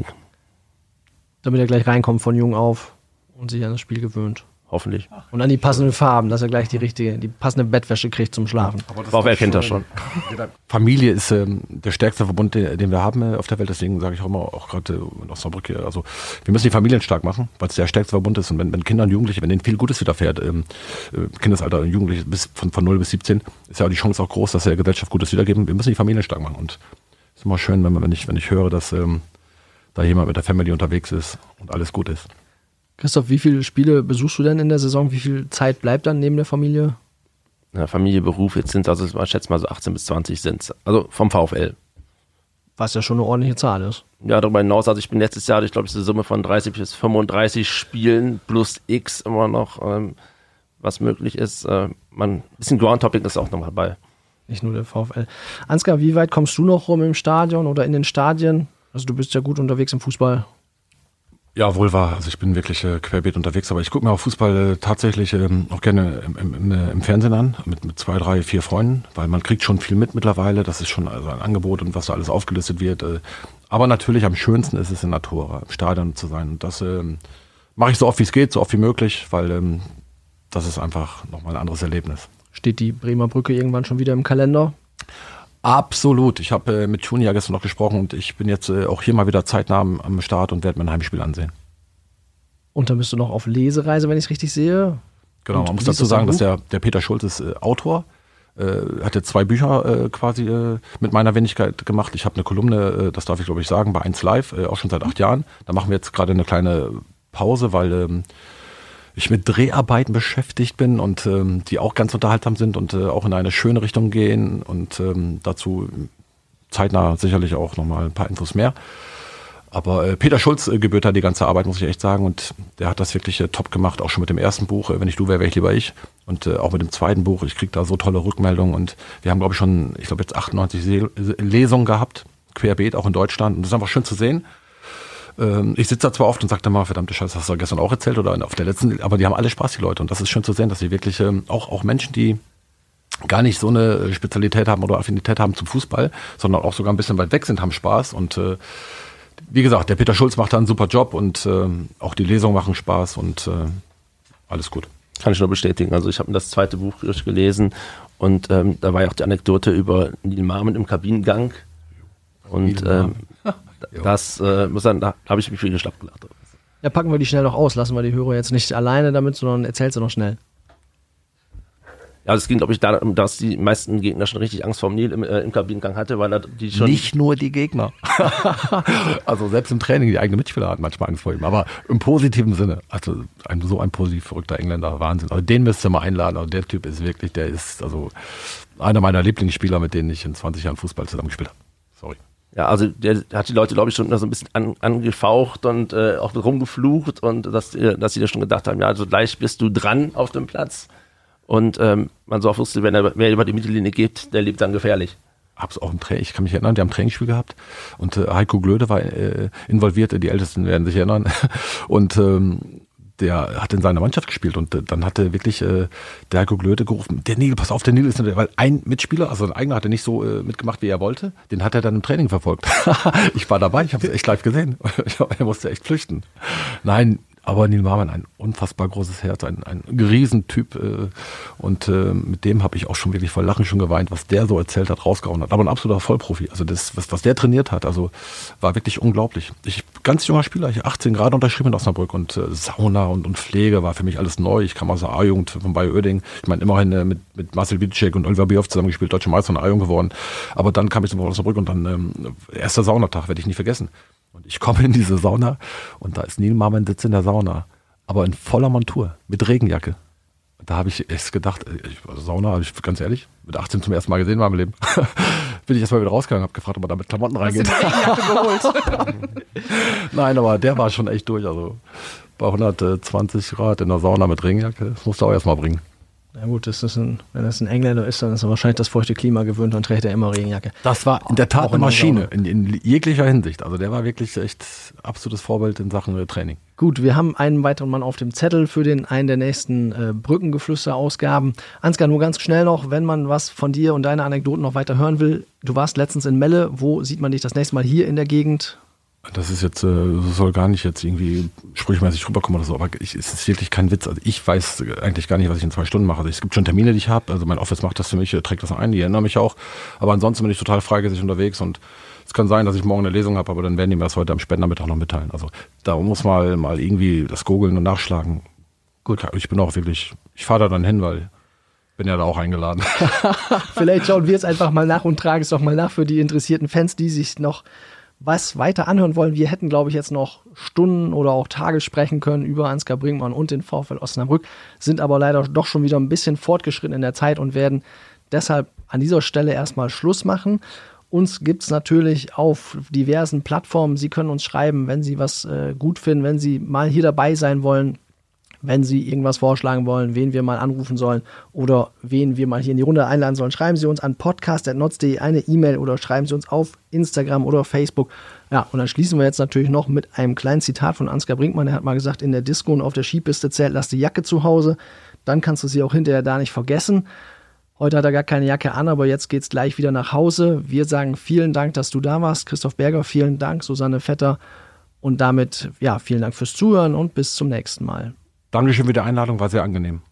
Damit er gleich reinkommt von jung auf und sich an das Spiel gewöhnt. Hoffentlich. Und an die passenden Farben, dass er gleich die richtige, die passende Bettwäsche kriegt zum Schlafen. Aber wer kennt das schon? Familie ist ähm, der stärkste Verbund, den, den wir haben äh, auf der Welt. Deswegen sage ich auch immer, auch gerade äh, in Osnabrück hier, also wir müssen die Familien stark machen, weil es der stärkste Verbund ist. Und wenn, wenn Kinder und Jugendliche, wenn denen viel Gutes widerfährt, ähm, äh, Kindesalter und Jugendliche bis von, von null bis siebzehn, ist ja auch die Chance auch groß, dass sie der Gesellschaft Gutes wiedergeben. Wir müssen die Familien stark machen. Und es ist immer schön, wenn, man, wenn, ich, wenn ich höre, dass ähm, da jemand mit der Family unterwegs ist und alles gut ist. Christoph, wie viele Spiele besuchst du denn in der Saison? Wie viel Zeit bleibt dann neben der Familie? Ja, Familie, Beruf, jetzt sind also, ich schätze mal so achtzehn bis zwanzig sind es. Also vom VfL. Was ja schon eine ordentliche Zahl ist. Ja, darüber hinaus, also ich bin letztes Jahr, ich glaube, es ist eine Summe von dreißig bis fünfunddreißig Spielen plus X immer noch, ähm, was möglich ist. Äh, man, ein bisschen Groundtopping ist auch noch dabei. Nicht nur der VfL. Ansgar, wie weit kommst du noch rum im Stadion oder in den Stadien? Also du bist ja gut unterwegs im Fußball. Ja, wohl wahr. Also ich bin wirklich äh, querbeet unterwegs, aber ich gucke mir auch Fußball äh, tatsächlich ähm, auch gerne im, im, im Fernsehen an, mit, mit zwei, drei, vier Freunden, weil man kriegt schon viel mit mittlerweile. Das ist schon also ein Angebot und was da alles aufgelistet wird. Äh, aber natürlich am schönsten ist es in der Tora, im Stadion zu sein. Und das ähm, mache ich so oft wie es geht, so oft wie möglich, weil ähm, das ist einfach nochmal ein anderes Erlebnis. Steht die Bremer Brücke irgendwann schon wieder im Kalender? Absolut. Ich habe äh, mit Juni ja gestern noch gesprochen und ich bin jetzt äh, auch hier mal wieder zeitnah am, am Start und werde mir ein Heimspiel ansehen. Und dann bist du noch auf Lesereise, wenn ich es richtig sehe. Genau, und man muss dazu sagen, dass der, der Peter Schulz ist äh, Autor, äh, hat jetzt zwei Bücher äh, quasi äh, mit meiner Wenigkeit gemacht. Ich habe eine Kolumne, äh, das darf ich glaube ich sagen, bei eins Live, äh, auch schon seit acht Jahren. Da machen wir jetzt gerade eine kleine Pause, weil ähm, ich mit Dreharbeiten beschäftigt bin und ähm, die auch ganz unterhaltsam sind und äh, auch in eine schöne Richtung gehen und ähm, dazu zeitnah sicherlich auch nochmal ein paar Infos mehr. Aber äh, Peter Schulz äh, gebührt da die ganze Arbeit, muss ich echt sagen, und der hat das wirklich äh, top gemacht, auch schon mit dem ersten Buch, äh, wenn ich du wäre, wäre ich lieber ich, und äh, auch mit dem zweiten Buch, ich kriege da so tolle Rückmeldungen und wir haben glaube ich schon, ich glaube jetzt achtundneunzig Se- Lesungen gehabt, querbeet, auch in Deutschland, und das ist einfach schön zu sehen. Ich sitze da zwar oft und sage dann mal, verdammte Scheiße, hast du gestern auch erzählt oder auf der letzten, aber die haben alle Spaß, die Leute. Und das ist schön zu sehen, dass sie wirklich ähm, auch, auch Menschen, die gar nicht so eine Spezialität haben oder Affinität haben zum Fußball, sondern auch sogar ein bisschen weit weg sind, haben Spaß. Und äh, wie gesagt, der Peter Schulz macht da einen super Job und äh, auch die Lesungen machen Spaß und äh, alles gut. Kann ich nur bestätigen. Also ich habe mir das zweite Buch durchgelesen und ähm, da war ja auch die Anekdote über Neil Marmon im Kabinengang. Und ähm, das äh, muss dann, da habe ich mich viel geschlappt gelacht. Ja, packen wir die schnell noch aus. Lassen wir die Hörer jetzt nicht alleine damit, sondern erzähl sie noch schnell. Ja, es ging, glaube ich, darum, dass die meisten Gegner schon richtig Angst vor Neil im, äh, im Kabinengang hatte, weil er die schon... Nicht nur die Gegner. Also selbst im Training, die eigenen Mitspieler hatten manchmal Angst vor ihm. Aber im positiven Sinne. Also ein, so ein positiv verrückter Engländer, Wahnsinn. Also den müsst ihr mal einladen. Also der Typ ist wirklich, der ist also einer meiner Lieblingsspieler, mit denen ich in zwanzig Jahren Fußball zusammengespielt habe. Sorry. Ja, also der hat die Leute, glaube ich, schon so ein bisschen an, angefaucht und äh, auch rumgeflucht und dass, dass sie da schon gedacht haben, ja, also gleich bist du dran auf dem Platz. Und ähm, man so auch wusste, wenn er wer über die Mittellinie geht, der lebt dann gefährlich. Hab's auch im Training, ich kann mich erinnern, die haben ein Trainingsspiel gehabt und äh, Heiko Glöde war äh, involviert, die Ältesten werden sich erinnern. Und ähm, der hat in seiner Mannschaft gespielt und äh, dann hatte wirklich äh, der Heiko Glöde gerufen, der Neil, pass auf, der Neil ist nicht, weil ein Mitspieler, also ein eigener, hat er nicht so äh, mitgemacht, wie er wollte, den hat er dann im Training verfolgt. Ich war dabei, ich habe es echt live gesehen. Er musste echt flüchten. Nein, aber Neil Marmon, ein unfassbar großes Herz, ein, ein Riesentyp äh, und äh, mit dem habe ich auch schon wirklich vor Lachen schon geweint, was der so erzählt hat, rausgehauen hat. Aber ein absoluter Vollprofi, also das, was, was der trainiert hat, also war wirklich unglaublich. Ich ganz junger Spieler, ich achtzehn Grad unterschrieben in Osnabrück und äh, Sauna und, und Pflege war für mich alles neu. Ich kam aus der A-Jugend von Bayer Oerding. Ich meine, immerhin äh, mit, mit Marcel Witschek und Oliver Bierhoff zusammengespielt, Deutscher Meister in der A-Jugend geworden. Aber dann kam ich zum Osnabrück und dann ähm, erster Saunatag, werde ich nie vergessen. Und ich komme in diese Sauna und da ist Neil Marmon sitzt in der Sauna, aber in voller Montur, mit Regenjacke. Da habe ich echt gedacht, ich, also Sauna habe ich ganz ehrlich mit achtzehn zum ersten Mal gesehen in meinem Leben. Bin ich erstmal wieder rausgegangen, habe gefragt, ob man da mit Klamotten reingeht. Nein, aber der war schon echt durch. Also bei hundertzwanzig Grad in der Sauna mit Regenjacke, das musst du auch erstmal bringen. Na gut, das ist ein, wenn das ein Engländer ist, dann ist er wahrscheinlich das feuchte Klima gewöhnt und trägt er immer Regenjacke. Das war in der Tat eine Maschine, in, in jeglicher Hinsicht. Also der war wirklich echt absolutes Vorbild in Sachen Training. Gut, wir haben einen weiteren Mann auf dem Zettel für den einen der nächsten äh, Brückengeflüster-Ausgaben. Ansgar, nur ganz schnell noch, wenn man was von dir und deine Anekdoten noch weiter hören will. Du warst letztens in Melle. Wo sieht man dich das nächste Mal hier in der Gegend? Das ist jetzt, das soll gar nicht jetzt irgendwie sprüchmäßig rüberkommen oder so, aber ich, es ist wirklich kein Witz. Also ich weiß eigentlich gar nicht, was ich in zwei Stunden mache. Also es gibt schon Termine, die ich habe. Also mein Office macht das für mich, trägt das ein, die erinnern mich auch. Aber ansonsten bin ich total freigeistig unterwegs und es kann sein, dass ich morgen eine Lesung habe, aber dann werden die mir das heute am Spätnachmittag noch mitteilen. Also da muss mal mal irgendwie das googeln und nachschlagen. Gut, ich bin auch wirklich, ich fahre da dann hin, weil ich bin ja da auch eingeladen. Vielleicht schauen wir jetzt einfach mal nach und tragen es doch mal nach für die interessierten Fans, die sich noch was weiter anhören wollen. Wir hätten, glaube ich, jetzt noch Stunden oder auch Tage sprechen können über Ansgar Brinkmann und den VfL Osnabrück, sind aber leider doch schon wieder ein bisschen fortgeschritten in der Zeit und werden deshalb an dieser Stelle erstmal Schluss machen. Uns gibt es natürlich auf diversen Plattformen. Sie können uns schreiben, wenn Sie was äh, gut finden, wenn Sie mal hier dabei sein wollen. Wenn Sie irgendwas vorschlagen wollen, wen wir mal anrufen sollen oder wen wir mal hier in die Runde einladen sollen, schreiben Sie uns an podcast at notz punkt de eine E-Mail oder schreiben Sie uns auf Instagram oder Facebook. Ja, und dann schließen wir jetzt natürlich noch mit einem kleinen Zitat von Ansgar Brinkmann. Er hat mal gesagt, in der Disco und auf der Skipiste zählt, lass die Jacke zu Hause. Dann kannst du sie auch hinterher da nicht vergessen. Heute hat er gar keine Jacke an, aber jetzt geht's gleich wieder nach Hause. Wir sagen vielen Dank, dass du da warst. Christoph Berger, vielen Dank. Susanne Vetter. Und damit, ja, vielen Dank fürs Zuhören und bis zum nächsten Mal. Dankeschön für die Einladung, war sehr angenehm.